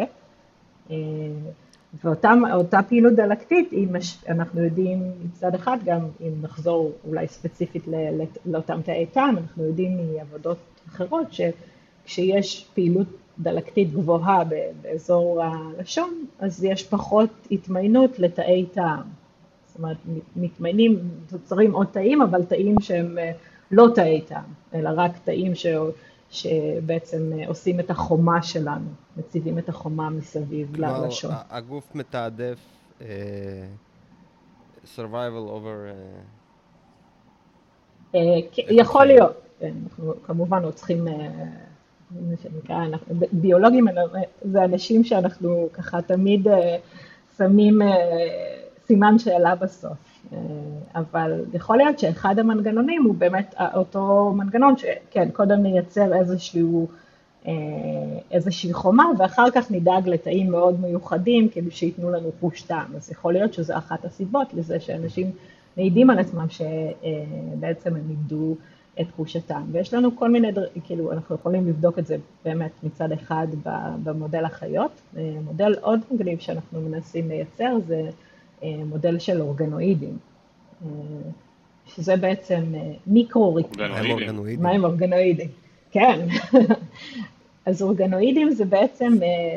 ואותה פעילות דלקתית, אנחנו יודעים מצד אחד, גם אם נחזור אולי ספציפית לאותם תאי טעם, אנחנו יודעים מעבודות אחרות שכשיש פעילות דלקתית גבוהה באזור הלשון, אז יש פחות התמיינות לתאי טעם. זאת אומרת, מתמיינים, תוצרים עוד תאים, אבל תאים שהם לא תאי טעם, אלא רק תאים ש... שבעצם עושים את החומה שלנו, מציבים את החומה מסביב ללשון. כלומר, הגוף מתעדף uh, survival over... Uh, יכול להיות, אנחנו כמובן עוד צריכים, שנקרא, אנחנו, ביולוגים זה אנשים שאנחנו ככה תמיד uh, שמים uh, סימן שאלה בסוף. אבל יכול להיות שאחד המנגנונים הוא באמת אותו מנגנון שכן, קודם נייצר איזשהו, איזושהי חומה, ואחר כך נדאג לתאים מאוד מיוחדים, כדי שיתנו לנו חוש טעם. אז יכול להיות שזו אחת הסיבות לזה שאנשים מעידים על עצמם שבעצם הם איבדו את חוש הטעם. ויש לנו כל מיני, כאילו, אנחנו יכולים לבדוק את זה באמת מצד אחד במודל החיות. מודל עוד מגניב שאנחנו מנסים לייצר זה מודל של אורגנואידים, שזה בעצם מיקרו-אורגנואידים. מה הם אורגנואידים? כן. אז אורגנואידים זה בעצם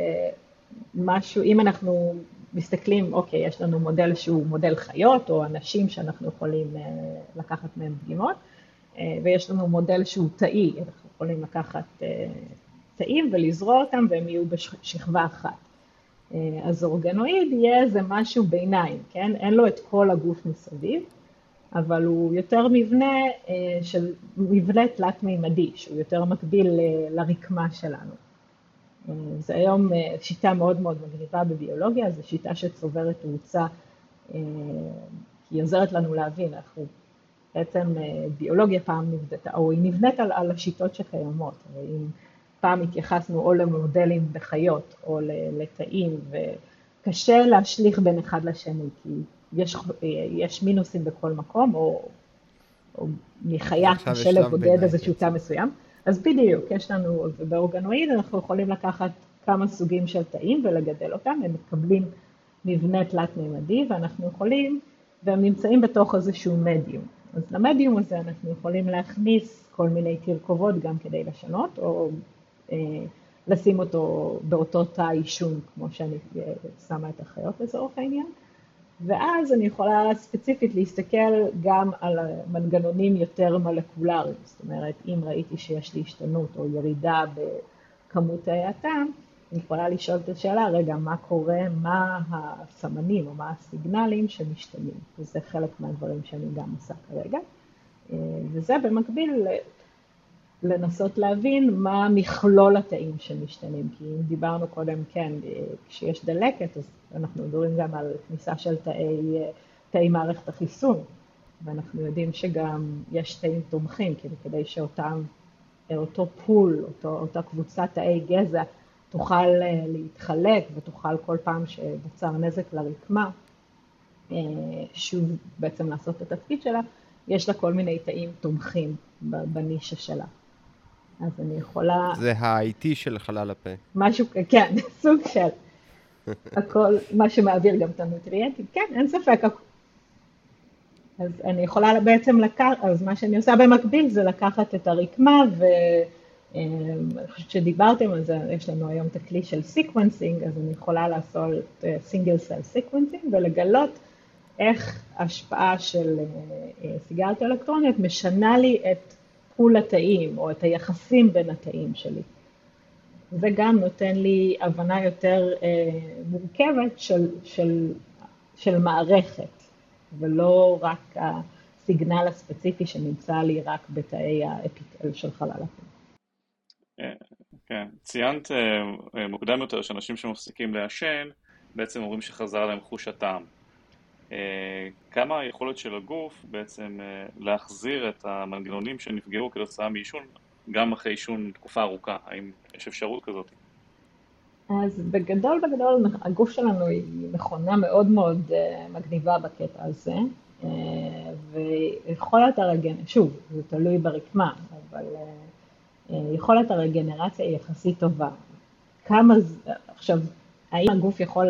משהו, אם אנחנו מסתכלים, אוקיי, יש לנו מודל שהוא מודל חיות, או אנשים שאנחנו יכולים לקחת מהם דגימות, ויש לנו מודל שהוא תאי, אנחנו יכולים לקחת תאים ולזרוע אותם, והם יהיו בשכבה אחת. אז אורגנואיד יהיה איזה משהו ביניים, כן? אין לו את כל הגוף מסביב, אבל הוא יותר מבנה של מבנה תלת-מימדי, שהוא יותר מקביל ל- לרקמה שלנו. זה היום שיטה מאוד מאוד מגניבה בביולוגיה, זו שיטה שצוברת תאוצה, כי היא עוזרת לנו להבין, אנחנו בעצם ביולוגיה פעם נבנתה, או היא נבנית על, על השיטות שקיימות, אם פעם התייחסנו או למודלים בחיות או לתאים, וקשה להשליך בין אחד לשני, כי יש, יש מינוסים בכל מקום, או, או מחיה קשה לבודד איזשהו תא מסוים. אז בדיוק, יש לנו, ובאורגנואיד אנחנו יכולים לקחת כמה סוגים של תאים ולגדל אותם, הם מקבלים מבנה תלת-מימדי, ואנחנו יכולים, והם נמצאים בתוך איזשהו מדיום. אז למדיום הזה אנחנו יכולים להכניס כל מיני תרכובות גם כדי לשנות, או לשים אותו באותו תא אישון, כמו שאני שמה את החיות לצורך העניין. ואז אני יכולה ספציפית להסתכל גם על מנגנונים יותר מולקולריים. זאת אומרת, אם ראיתי שיש לי השתנות או ירידה בכמות תאי הטעם, אני יכולה לשאול את השאלה, רגע, מה קורה, מה הסמנים או מה הסיגנלים שמשתנים. וזה חלק מהדברים שאני גם עושה כרגע. וזה במקביל לנסות להבין מה מכלול התאים שמשתנים, כי אם דיברנו קודם, כן, כשיש דלקת, אז אנחנו מדברים גם על כניסה של תאי, תאי מערכת החיסון, ואנחנו יודעים שגם יש תאים תומכים, כאילו כדי שאותם, אותו פול, אותו, אותה קבוצת תאי גזע, תוכל להתחלק ותוכל כל פעם שבוצר נזק לרקמה, שוב בעצם לעשות את התפקיד שלה, יש לה כל מיני תאים תומכים בנישה שלה. אז אני יכולה... זה ה-איי טי של חלל הפה. משהו, כן, סוג של. הכל, מה שמעביר גם את הנוטריאנטים. כן, אין ספק. אז אני יכולה בעצם לקחת, אז מה שאני עושה במקביל זה לקחת את הרקמה, ואני חושבת שדיברתם על זה, יש לנו היום את הכלי של סיקוונסינג, אז אני יכולה לעשות סינגל סל סיקוונסינג, ולגלות איך ההשפעה של סיגריות אלקטרוניות משנה לי את פול התאים, או את היחסים בין התאים שלי. זה גם נותן לי הבנה יותר אה, מורכבת של, של, של מערכת, ולא רק הסיגנל הספציפי שנמצא לי רק בתאי האפיטל של חלל הפה. כן, ציינת מוקדם יותר שאנשים שמפסיקים לעשן, בעצם אומרים שחזר להם חוש הטעם. כמה היכולת של הגוף בעצם להחזיר את המנגנונים שנפגעו כתוצאה מעישון, גם אחרי עישון תקופה ארוכה? האם יש אפשרות כזאת? אז בגדול בגדול הגוף שלנו היא מכונה מאוד מאוד מגניבה בקטע הזה, ויכולת הרגנרציה, שוב, זה תלוי ברקמה, אבל יכולת הרגנרציה היא יחסית טובה. כמה, עכשיו, האם הגוף יכול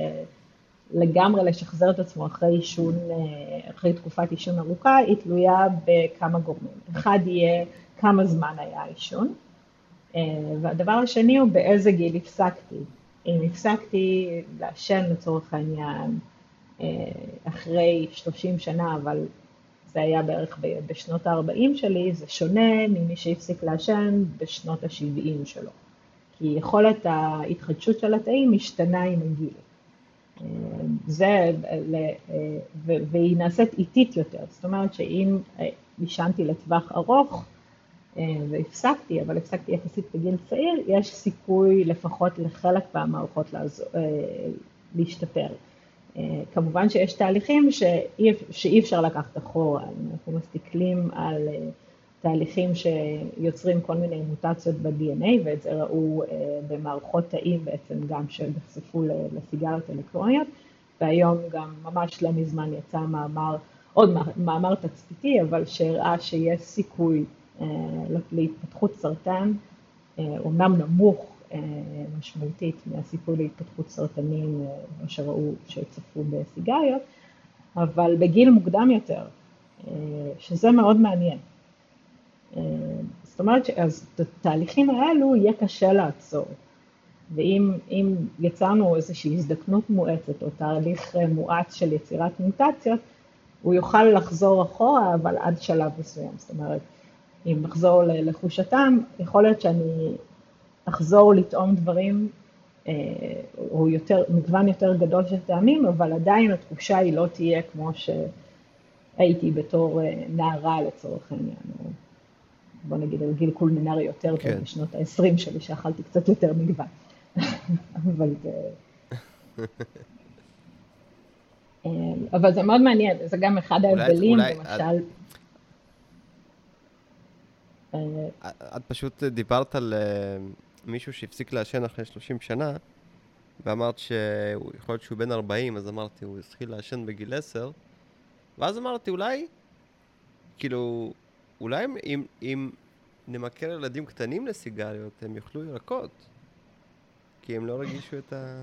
לגמרי לשחזר את עצמו אחרי עישון, אחרי תקופת עישון ארוכה, היא תלויה בכמה גורמים. אחד יהיה כמה זמן היה עישון, והדבר השני הוא באיזה גיל הפסקתי. אם הפסקתי לעשן לצורך העניין אחרי שלושים שנה, אבל זה היה בערך בשנות ה-ארבעים שלי, זה שונה ממי שהפסיק לעשן בשנות ה-שבעים שלו. כי יכולת ההתחדשות של התאים משתנה עם הגיל. זה, והיא נעשית איטית יותר. זאת אומרת שאם עישנתי לטווח ארוך, והפסקתי, אבל הפסקתי יחסית בגיל צעיר, יש סיכוי לפחות לחלק מהמערכות להשתפר. כמובן שיש תהליכים שאי, שאי אפשר לקחת אחורה. אנחנו מסתכלים על תהליכים שיוצרים כל מיני מוטציות ב-די אן איי, ואת זה ראו במערכות תאים בעצם גם שנחשפו לסיגריות אלקטרוניות, והיום גם ממש לא מזמן יצא מאמר, עוד מאמר תצפיתי, אבל שהראה שיש סיכוי להתפתחות סרטן, אומנם נמוך משמעותית מהסיכוי להתפתחות סרטנים שראו שצפו בסיגריות, אבל בגיל מוקדם יותר, שזה מאוד מעניין. זאת אומרת שאז את התהליכים האלו יהיה קשה לעצור, ואם אם יצרנו איזושהי הזדקנות מואצת או תהליך מואץ של יצירת מוטציות, הוא יוכל לחזור אחורה, אבל עד שלב מסוים. זאת אומרת, אם נחזור לחוש הטעם, יכול להיות שאני אחזור לטעום דברים, או יותר, מגוון יותר גדול של טעמים, אבל עדיין התחושה היא לא תהיה כמו שהייתי בתור נערה לצורך העניין, או בוא נגיד על גיל קולמינרי יותר טוב בשנות ה-עשרים שלי, שאכלתי קצת יותר מגוון. אבל זה... אבל זה מאוד מעניין, זה גם אחד ההבדלים, למשל... את פשוט דיברת על מישהו שהפסיק לעשן אחרי שלושים שנה, ואמרת שהוא יכול להיות שהוא בן ארבעים, אז אמרתי, הוא התחיל לעשן בגיל עשר, ואז אמרתי, אולי, כאילו, אולי אם, אם נמכר ילדים קטנים לסיגריות, הם יאכלו ירקות, כי הם לא רגישו את ה...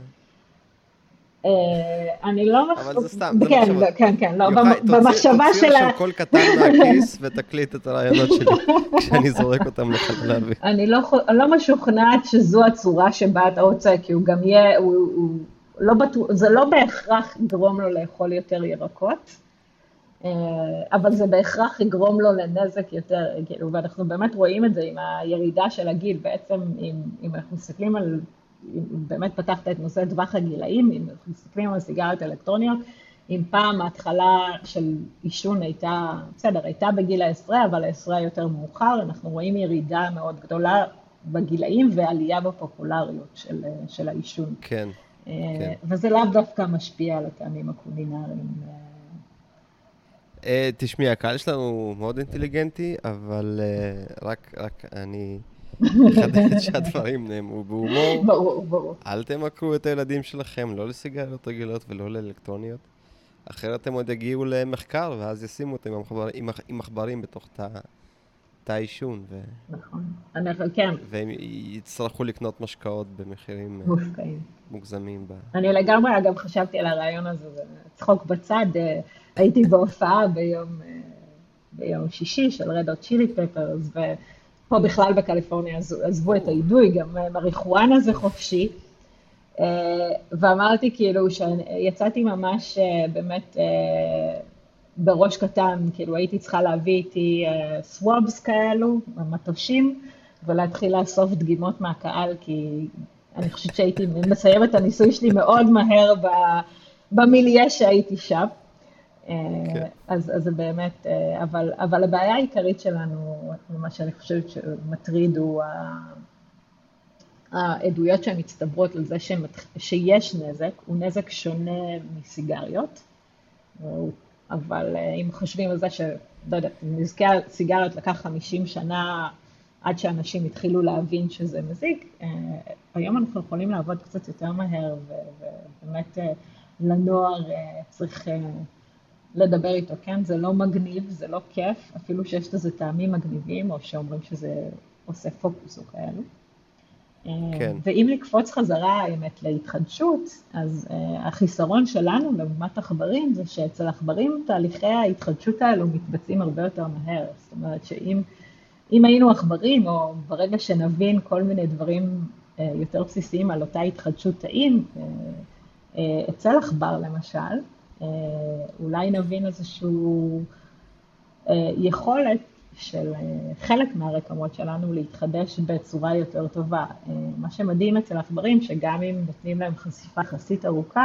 אני לא... אבל זה סתם, זה כן, מחשבות. כן, כן, לא, במחשבה תוציא שלה... עכשיו כל קטן מהכיס ותקליט את הרעיונות שלי, כשאני זורק אותם לחלל האוויר. אני לא משוכנעת שזו הצורה שבה אתה רוצה, כי הוא גם יהיה, זה לא בהכרח יגרום לו לאכול יותר ירקות, אבל זה בהכרח יגרום לו לנזק יותר, ואנחנו באמת רואים את זה עם הירידה של הגיל, בעצם אם אנחנו מסתכלים על... באמת פתחת את נושא טווח הגילאים, אם אנחנו מסתכלים על סיגריות אלקטרוניות, אם פעם ההתחלה של עישון הייתה, בסדר, הייתה בגיל העשרה, אבל העשרה יותר מאוחר, אנחנו רואים ירידה מאוד גדולה בגילאים ועלייה בפופולריות של, של העישון. כן, כן. וזה לאו דווקא משפיע על הטעמים הקולינריים. תשמעי, הקהל שלנו מאוד אינטליגנטי, אבל רק, רק אני... לחדד שהדברים נאמרו בהומור. ברור, ברור. אל תמכרו את הילדים שלכם, לא לסיגריות רגילות ולא לאלקטרוניות. אחרת הם עוד יגיעו למחקר, ואז ישימו אותם עם מחברים בתוך תא עישון. נכון, אנחנו כן. והם יצטרכו לקנות משקאות במחירים מוגזמים. אני לגמרי, אגב, חשבתי על הרעיון הזה, צחוק בצד, הייתי בהופעה ביום שישי של רד הוט צ'ילי פפרס, ו... פה בכלל בקליפורניה עזבו את האידוי, גם מריחואנה זה חופשי, ואמרתי כאילו שיצאתי ממש באמת בראש קטן, כאילו הייתי צריכה להביא איתי סוואבס כאלו, מטושים, ולהתחיל לאסוף דגימות מהקהל, כי אני חושבת שהייתי מסיימת את הניסוי שלי מאוד מהר במיליה שהייתי שם, כן. אז, אז זה באמת, אבל, אבל הבעיה העיקרית שלנו, מה שאני חושבת שמטריד הוא העדויות שהן מצטברות על זה שיש נזק, הוא נזק שונה מסיגריות, אבל אם חושבים על זה שלא יודעת, נזקי הסיגריות לקח חמישים שנה עד שאנשים התחילו להבין שזה מזיק, היום אנחנו יכולים לעבוד קצת יותר מהר, ובאמת לנוער צריך לדבר איתו, כן? זה לא מגניב, זה לא כיף, אפילו שיש לזה טעמים מגניבים, או שאומרים שזה עושה פוקוס או כאלו. כן. ואם לקפוץ חזרה האמת להתחדשות, אז uh, החיסרון שלנו לעומת עכברים זה שאצל עכברים תהליכי ההתחדשות האלו מתבצעים הרבה יותר מהר. זאת אומרת שאם אם היינו עכברים, או ברגע שנבין כל מיני דברים uh, יותר בסיסיים על אותה התחדשות תאים, uh, uh, אצל עכבר למשל, uh, אולי נבין איזשהו uh, יכולת של חלק מהרקמות שלנו להתחדש בצורה יותר טובה. מה שמדהים אצל עכברים, שגם אם נותנים להם חשיפה יחסית ארוכה,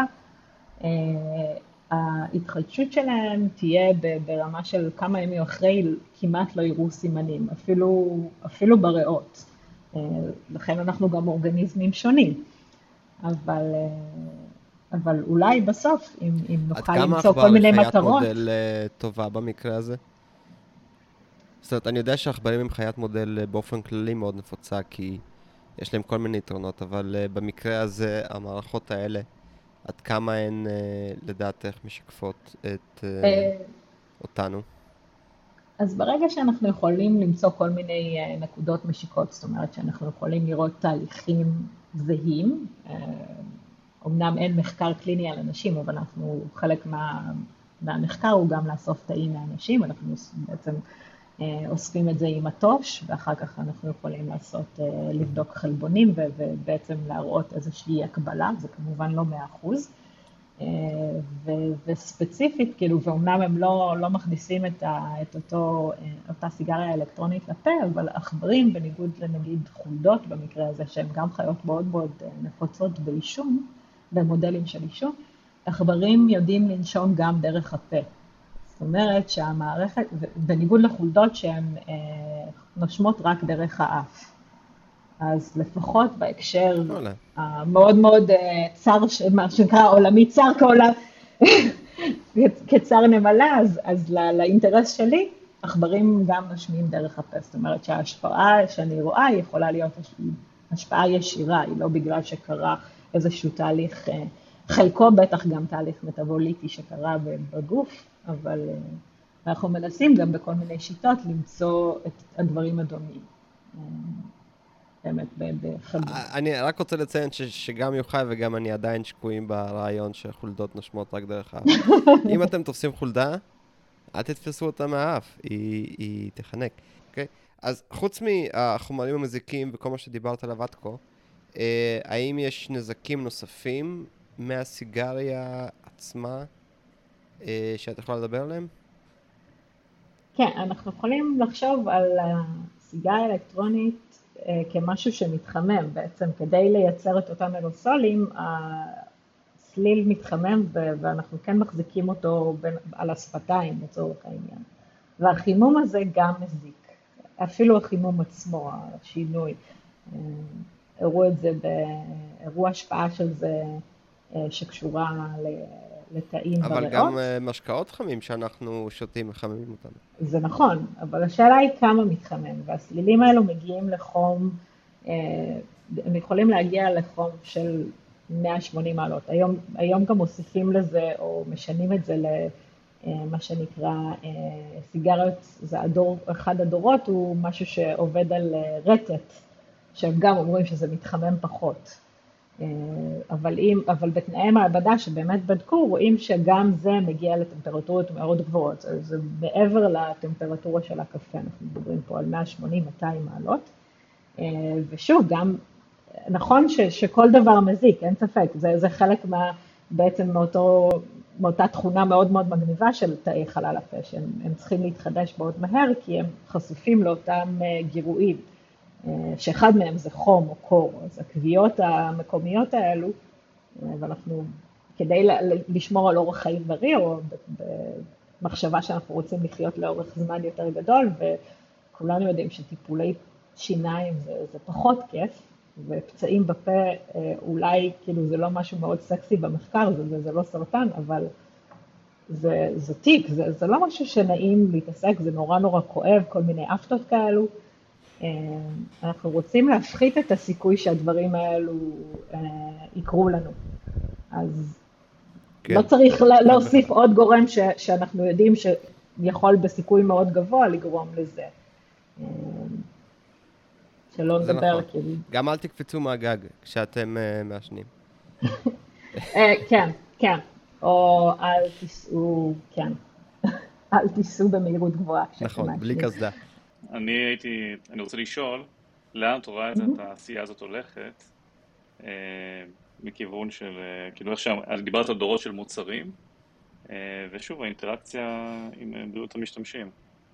ההתחדשות שלהם תהיה ברמה של כמה ימים אחרי, כמעט לא יראו סימנים, אפילו, אפילו בריאות. לכן אנחנו גם אורגניזמים שונים. אבל, אבל אולי בסוף, אם, אם נוכל למצוא כל מיני מטרות... עד כמה עכבר היא חיית מודל טובה במקרה הזה? זאת אומרת, אני יודע שעכברים הם חיית מודל באופן כללי מאוד נפוצה, כי יש להם כל מיני יתרונות, אבל במקרה הזה, המערכות האלה, עד כמה הן לדעתך משקפות את אותנו? אז ברגע שאנחנו יכולים למצוא כל מיני נקודות משיקות, זאת אומרת שאנחנו יכולים לראות תהליכים זהים, אמנם אין מחקר קליני על אנשים, אבל אנחנו, חלק מה, מהמחקר הוא גם לאסוף תאים מהאנשים, אנחנו בעצם אוספים את זה עם מטוש, ואחר כך אנחנו יכולים לעשות, לבדוק חלבונים, ובעצם להראות איזושהי הקבלה, זה כמובן לא מאה אחוז, וספציפית, כאילו, ואומנם הם לא, לא מכניסים את, ה, את אותו, אותה סיגריה אלקטרונית לפה, אבל עכברים, בניגוד לנגיד חולדות במקרה הזה, שהן גם חיות מאוד מאוד נפוצות בעישון, במודלים של עישון, עכברים יודעים לנשום גם דרך הפה. זאת אומרת שהמערכת, בניגוד לחולדות שהן נושמות רק דרך האף. אז לפחות בהקשר המאוד מאוד צר, מה שנקרא עולמי צר כעולם, כצר נמלה, אז, אז לאינטרס שלי, עכברים גם נושמים דרך הפה. זאת אומרת שההשפעה שאני רואה היא יכולה להיות השפעה ישירה, היא לא בגלל שקרה איזשהו תהליך, חלקו בטח גם תהליך מטאבוליטי שקרה בגוף, אבל אנחנו מנסים גם בכל מיני שיטות למצוא את הדברים הדומים. באמת, בחלבון. אני רק רוצה לציין שגם יוחאי וגם אני עדיין שקועים ברעיון שחולדות נושמות רק דרך האף. אם אתם תופסים חולדה, אל תתפסו אותה מהאף, היא תחנק. אז חוץ מהחומרים המזיקים וכל מה שדיברת עליו עד כה, האם יש נזקים נוספים מהסיגריה עצמה שאת יכולה לדבר עליהם? כן, אנחנו יכולים לחשוב על הסיגריה האלקטרונית כמשהו שמתחמם בעצם, כדי לייצר את אותם אירוסולים, הסליל מתחמם ואנחנו כן מחזיקים אותו על השפתיים לצורך העניין. והחימום הזה גם מזיק, אפילו החימום עצמו, השינוי. הראו את זה, הראו השפעה של זה שקשורה לתאים בריאות. אבל גם משקאות חמים שאנחנו שותים מחממים אותם. זה נכון, אבל השאלה היא כמה מתחמם, והסלילים האלו מגיעים לחום, הם יכולים להגיע לחום של מאה ושמונים מעלות. היום, היום גם מוסיפים לזה, או משנים את זה למה שנקרא סיגריות, זה הדור, אחד הדורות הוא משהו שעובד על רטט, שהם גם אומרים שזה מתחמם פחות. אבל, אם, אבל בתנאי מעבדה שבאמת בדקו, רואים שגם זה מגיע לטמפרטורות מאוד גבוהות. זה מעבר לטמפרטורה של הקפה, אנחנו מדברים פה על מאה ושמונים עד מאתיים מעלות. ושוב, גם נכון ש, שכל דבר מזיק, אין ספק, זה, זה חלק מה, בעצם מאותו, מאותה תכונה מאוד מאוד מגניבה של תאי חלל הפה, שהם הם צריכים להתחדש מאוד מהר, כי הם חשופים לאותם גירויים. שאחד מהם זה חום או קור, אז הקביעות המקומיות האלו, ואנחנו כדי לשמור על אורח חיים בריא, או במחשבה שאנחנו רוצים לחיות לאורך זמן יותר גדול, וכולנו יודעים שטיפולי שיניים זה, זה פחות כיף, ופצעים בפה אולי כאילו זה לא משהו מאוד סקסי במחקר, זה, זה לא סרטן, אבל זה, זה תיק, זה, זה לא משהו שנעים להתעסק, זה נורא נורא כואב, כל מיני אפטות כאלו. אנחנו רוצים להפחית את הסיכוי שהדברים האלו יקרו לנו. אז כן. לא צריך להוסיף עוד גורם ש, שאנחנו יודעים שיכול בסיכוי מאוד גבוה לגרום לזה. שלא נדבר נכון. כאילו. גם אל תקפצו מהגג כשאתם uh, מעשנים. כן, כן. או אל תיסעו, כן. אל תיסעו במהירות גבוהה כשאתם מעשנים. נכון, בלי קסדה. אני הייתי, אני רוצה לשאול, לאן את רואה את העשייה הזאת הולכת, אה, מכיוון של, אה, כאילו איך שדיברת על דורות של מוצרים, אה, ושוב, האינטראקציה עם בריאות המשתמשים.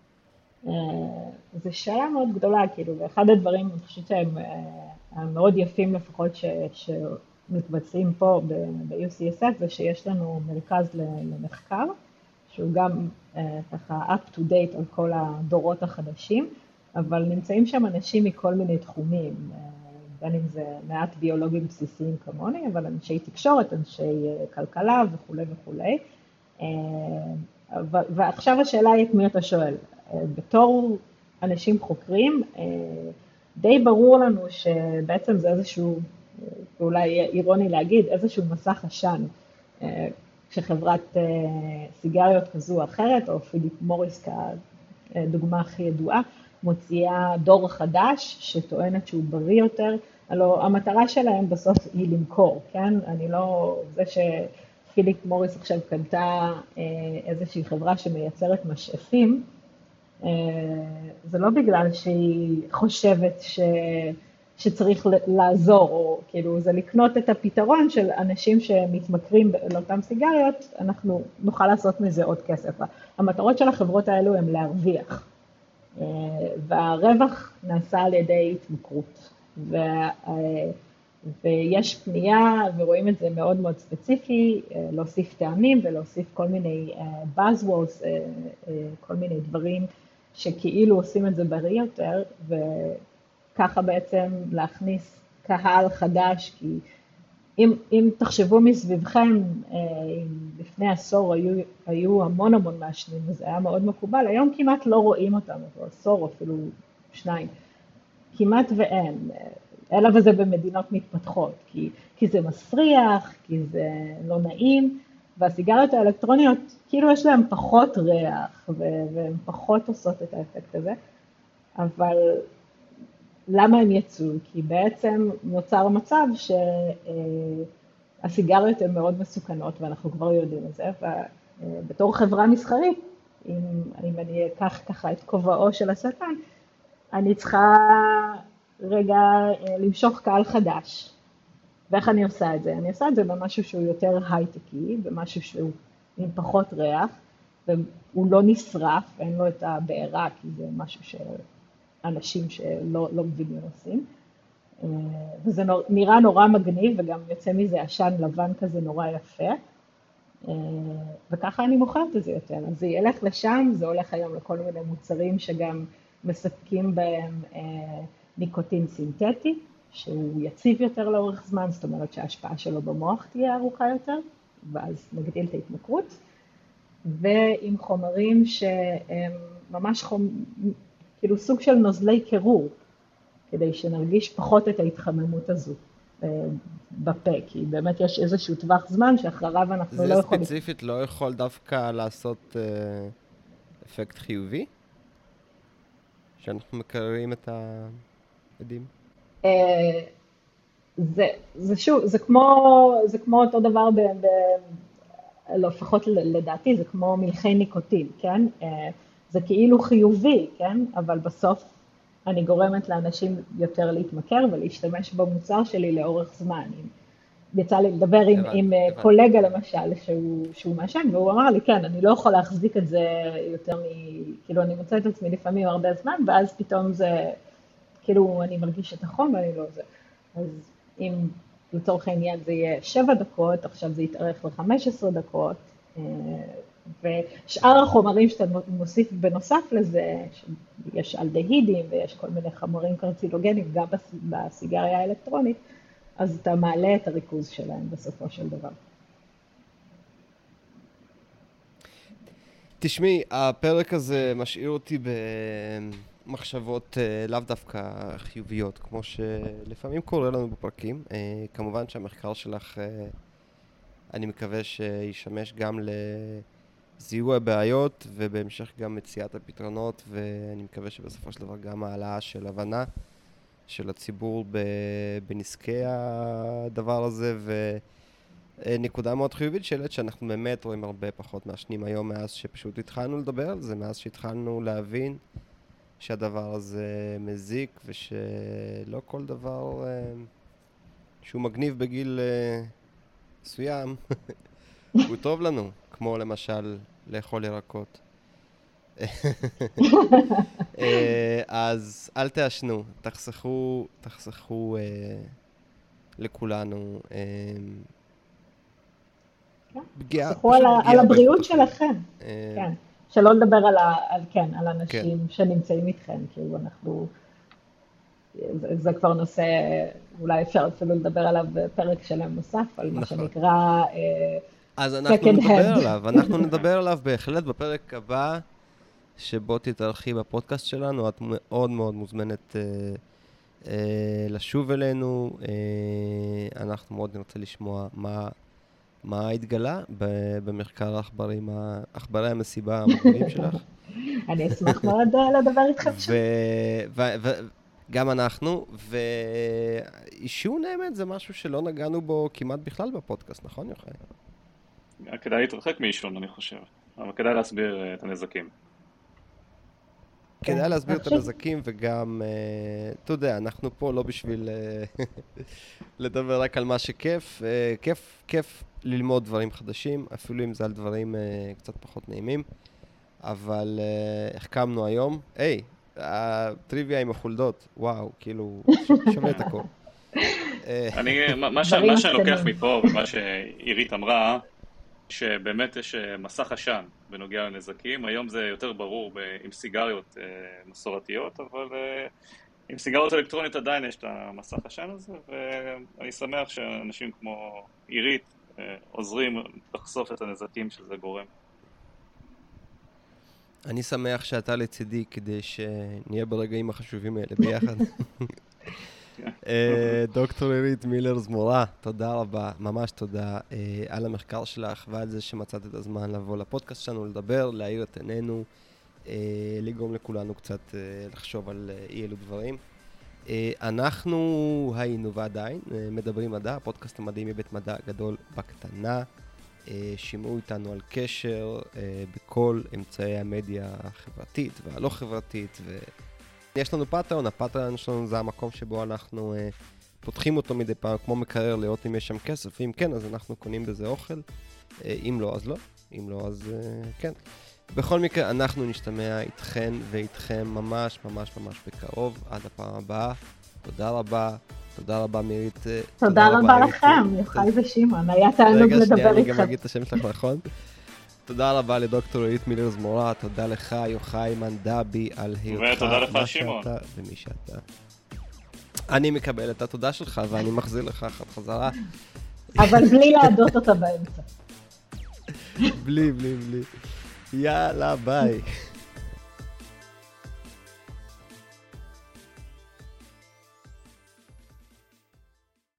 זו שאלה מאוד גדולה, כאילו, ואחד הדברים, אני חושבת שהם מאוד יפים לפחות ש, שמתבצעים פה ב-יו סי אס אף, זה שיש לנו מרכז למחקר, שהוא גם ככה up to date על כל הדורות החדשים, אבל נמצאים שם אנשים מכל מיני תחומים, בין אם זה מעט ביולוגים בסיסיים כמוני, אבל אנשי תקשורת, אנשי כלכלה וכו' וכו'. ועכשיו השאלה היא את מי אתה שואל. בתור אנשים חוקרים, די ברור לנו שבעצם זה איזשהו, אולי אירוני להגיד, איזשהו מסך עשן, כשחברת סיגריות כזו או אחרת, או פיליפ מוריס כדוגמה הכי ידועה, מוציאה דור חדש שטוענת שהוא בריא יותר, הלוא המטרה שלהם בסוף היא למכור, כן? אני לא, זה שפיליפ מוריס עכשיו קנתה איזושהי חברה שמייצרת משאפים, זה לא בגלל שהיא חושבת ש... שצריך לעזור, או כאילו זה לקנות את הפתרון של אנשים שמתמכרים לאותם סיגריות, אנחנו נוכל לעשות מזה עוד כסף. המטרות של החברות האלו הן להרוויח, והרווח נעשה על ידי התמכרות, ו... ויש פנייה, ורואים את זה מאוד מאוד ספציפי, להוסיף טעמים ולהוסיף כל מיני buzzwords, כל מיני דברים שכאילו עושים את זה בריא יותר, וככה בעצם להכניס קהל חדש, כי אם, אם תחשבו מסביבכם, לפני עשור היו, היו המון המון מעשנים, וזה היה מאוד מקובל, היום כמעט לא רואים אותם, עשור אפילו שניים, כמעט ואין, אלא וזה במדינות מתפתחות, כי, כי זה מסריח, כי זה לא נעים, והסיגריות האלקטרוניות, כאילו יש להן פחות ריח, והן פחות עושות את האפקט הזה, אבל למה הם יצאו? כי בעצם נוצר מצב שהסיגריות הן מאוד מסוכנות, ואנחנו כבר יודעים את זה, ובתור חברה מסחרית, אם, אם אני אקח ככה את כובעו של השטן, אני צריכה רגע למשוך קהל חדש. ואיך אני עושה את זה? אני עושה את זה במשהו שהוא יותר הייטקי, במשהו שהוא עם פחות ריח, והוא לא נשרף, אין לו את הבעירה, כי זה משהו שאנשים שלא לא מבינים עושים. וזה נראה נורא מגניב, וגם יוצא מזה עשן לבן כזה נורא יפה. וככה אני מוכרת את זה יותר. אז זה ילך לשם, זה הולך היום לכל מיני מוצרים שגם מספקים בהם ניקוטין סינתטי, שהוא יציב יותר לאורך זמן, זאת אומרת שההשפעה שלו במוח תהיה ארוכה יותר, ואז נגדיל את ההתמכרות, ועם חומרים שהם ממש חומ... כאילו סוג של נוזלי קירור, כדי שנרגיש פחות את ההתחממות הזו בפה, כי באמת יש איזשהו טווח זמן שאחריו אנחנו לא יכולים... זה ספציפית לא יכול דווקא לעשות אה, אפקט חיובי? שאנחנו מקררים את העדים? זה, זה שוב, זה כמו, זה כמו אותו דבר ב, ב, לפחות לדעתי, זה כמו מלחי ניקוטין, כן? זה כאילו חיובי, כן? אבל בסוף אני גורמת לאנשים יותר להתמכר ולהשתמש במוצר שלי לאורך זמן. יצא לי לדבר עם, הבנ, עם הבנ. קולגה למשל שהוא, שהוא מעשן, והוא אמר לי, כן, אני לא יכול להחזיק את זה יותר מ... כאילו, אני מוצא את עצמי לפעמים הרבה זמן, ואז פתאום זה... כאילו, אני מרגיש את החום ואני לא זה. אז אם לצורך העניין זה יהיה שבע דקות, עכשיו זה יתארך ל-חמש עשרה דקות, ושאר החומרים שאתה מוסיף בנוסף לזה, יש אלדהידים ויש כל מיני חומרים קרצינוגנים גם בסיגריה האלקטרונית, אז אתה מעלה את הריכוז שלהם בסופו של דבר. תשמעי, הפרק הזה משאיר אותי במחשבות לאו דווקא חיוביות, כמו שלפעמים קורה לנו בפרקים. כמובן שהמחקר שלך, אני מקווה שישמש גם לזיהוי הבעיות ובהמשך גם מציאת הפתרונות, ואני מקווה שבסופו של דבר גם העלאה של הבנה של הציבור בנזקי הדבר הזה, ונקודה מאוד חיובית שלת שאנחנו באמת רואים הרבה פחות מעשנים היום מאז שפשוט התחלנו לדבר על זה, מאז שהתחלנו להבין שהדבר הזה מזיק ושלא כל דבר שהוא מגניב בגיל מסוים הוא טוב לנו, כמו למשל לאכול ירקות. אז אל תעשנו, תחסכו, תחסכו לכולנו פגיעה. תחסכו על הבריאות שלכם, כן. שלא לדבר על אנשים שנמצאים איתכם, כאילו אנחנו, זה כבר נושא, אולי אפשר אפילו לדבר עליו בפרק שלם נוסף, על מה שנקרא אז אנחנו נדבר עליו, אנחנו נדבר עליו בהחלט בפרק הבא, שבו תתארחי בפודקאסט שלנו. את מאוד מאוד מוזמנת אה, אה, לשוב אלינו. אה, אנחנו מאוד נרצה לשמוע מה, מה התגלה במחקר העכברים, עכברי המסיבה המגניבים שלך. אני אשמח מאוד לדבר איתכם שם. גם אנחנו, ועישון האמת זה משהו שלא נגענו בו כמעט בכלל בפודקאסט, נכון יוחאי? כדאי להתרחק מעישון, אני חושב. אבל כדאי להסביר את הנזקים. כדאי להסביר את הנזקים, וגם, אתה יודע, אנחנו פה לא בשביל לדבר רק על מה שכיף. כיף, כיף ללמוד דברים חדשים, אפילו אם זה על דברים קצת פחות נעימים. אבל החכמנו היום. היי, הטריוויה עם החולדות, וואו, כאילו, שווה את הכל. אני, מה שאני לוקח מפה, ומה שעירית אמרה, שבאמת יש מסך עשן בנוגע לנזקים. היום זה יותר ברור עם סיגריות מסורתיות, אבל עם סיגריות אלקטרונית עדיין יש את המסך עשן הזה, ואני שמח שאנשים כמו עירית עוזרים לחשוף את הנזקים שזה גורם. אני שמח שאתה לצידי כדי שנהיה ברגעים החשובים האלה ביחד. דוקטור עירית מילר זמורה, תודה רבה, ממש תודה על המחקר שלך ועל זה שמצאת את הזמן לבוא לפודקאסט שלנו, לדבר, להאיר את עינינו, לגרום לכולנו קצת לחשוב על אי אלו דברים. אנחנו היינו ועדיין מדברים מדע, הפודקאסט המדעי מבית מדע גדול בקטנה. שימעו איתנו על קשר בכל אמצעי המדיה החברתית והלא חברתית, ויש לנו פטריון. הפטריון שלנו זה המקום שבו אנחנו פותחים אותו מדי פעם כמו מקרר, לראות אם יש שם כסף, ואם כן אז אנחנו קונים בזה אוכל, אם לא אז לא, אם לא אז כן. בכל מקרה אנחנו נשתמע איתכן ואיתכם ממש ממש ממש בקרוב. עד הפעם הבאה, תודה רבה. תודה רבה מירית. תודה רבה לכם, יוחאי ושמעון, היה תענוג לדבר איתכם. רגע, אני גם אגיד את השם שלך נכון. תודה רבה לדוקטור עירית מילר זמורה, תודה לך יוחאי מנדבי על היותך מה שאתה ומי שאתה. אני מקבל את התודה שלך ואני מחזיר לך אחת חזרה. אבל בלי להדות אותה באמצע. בלי, בלי, בלי. יאללה, ביי.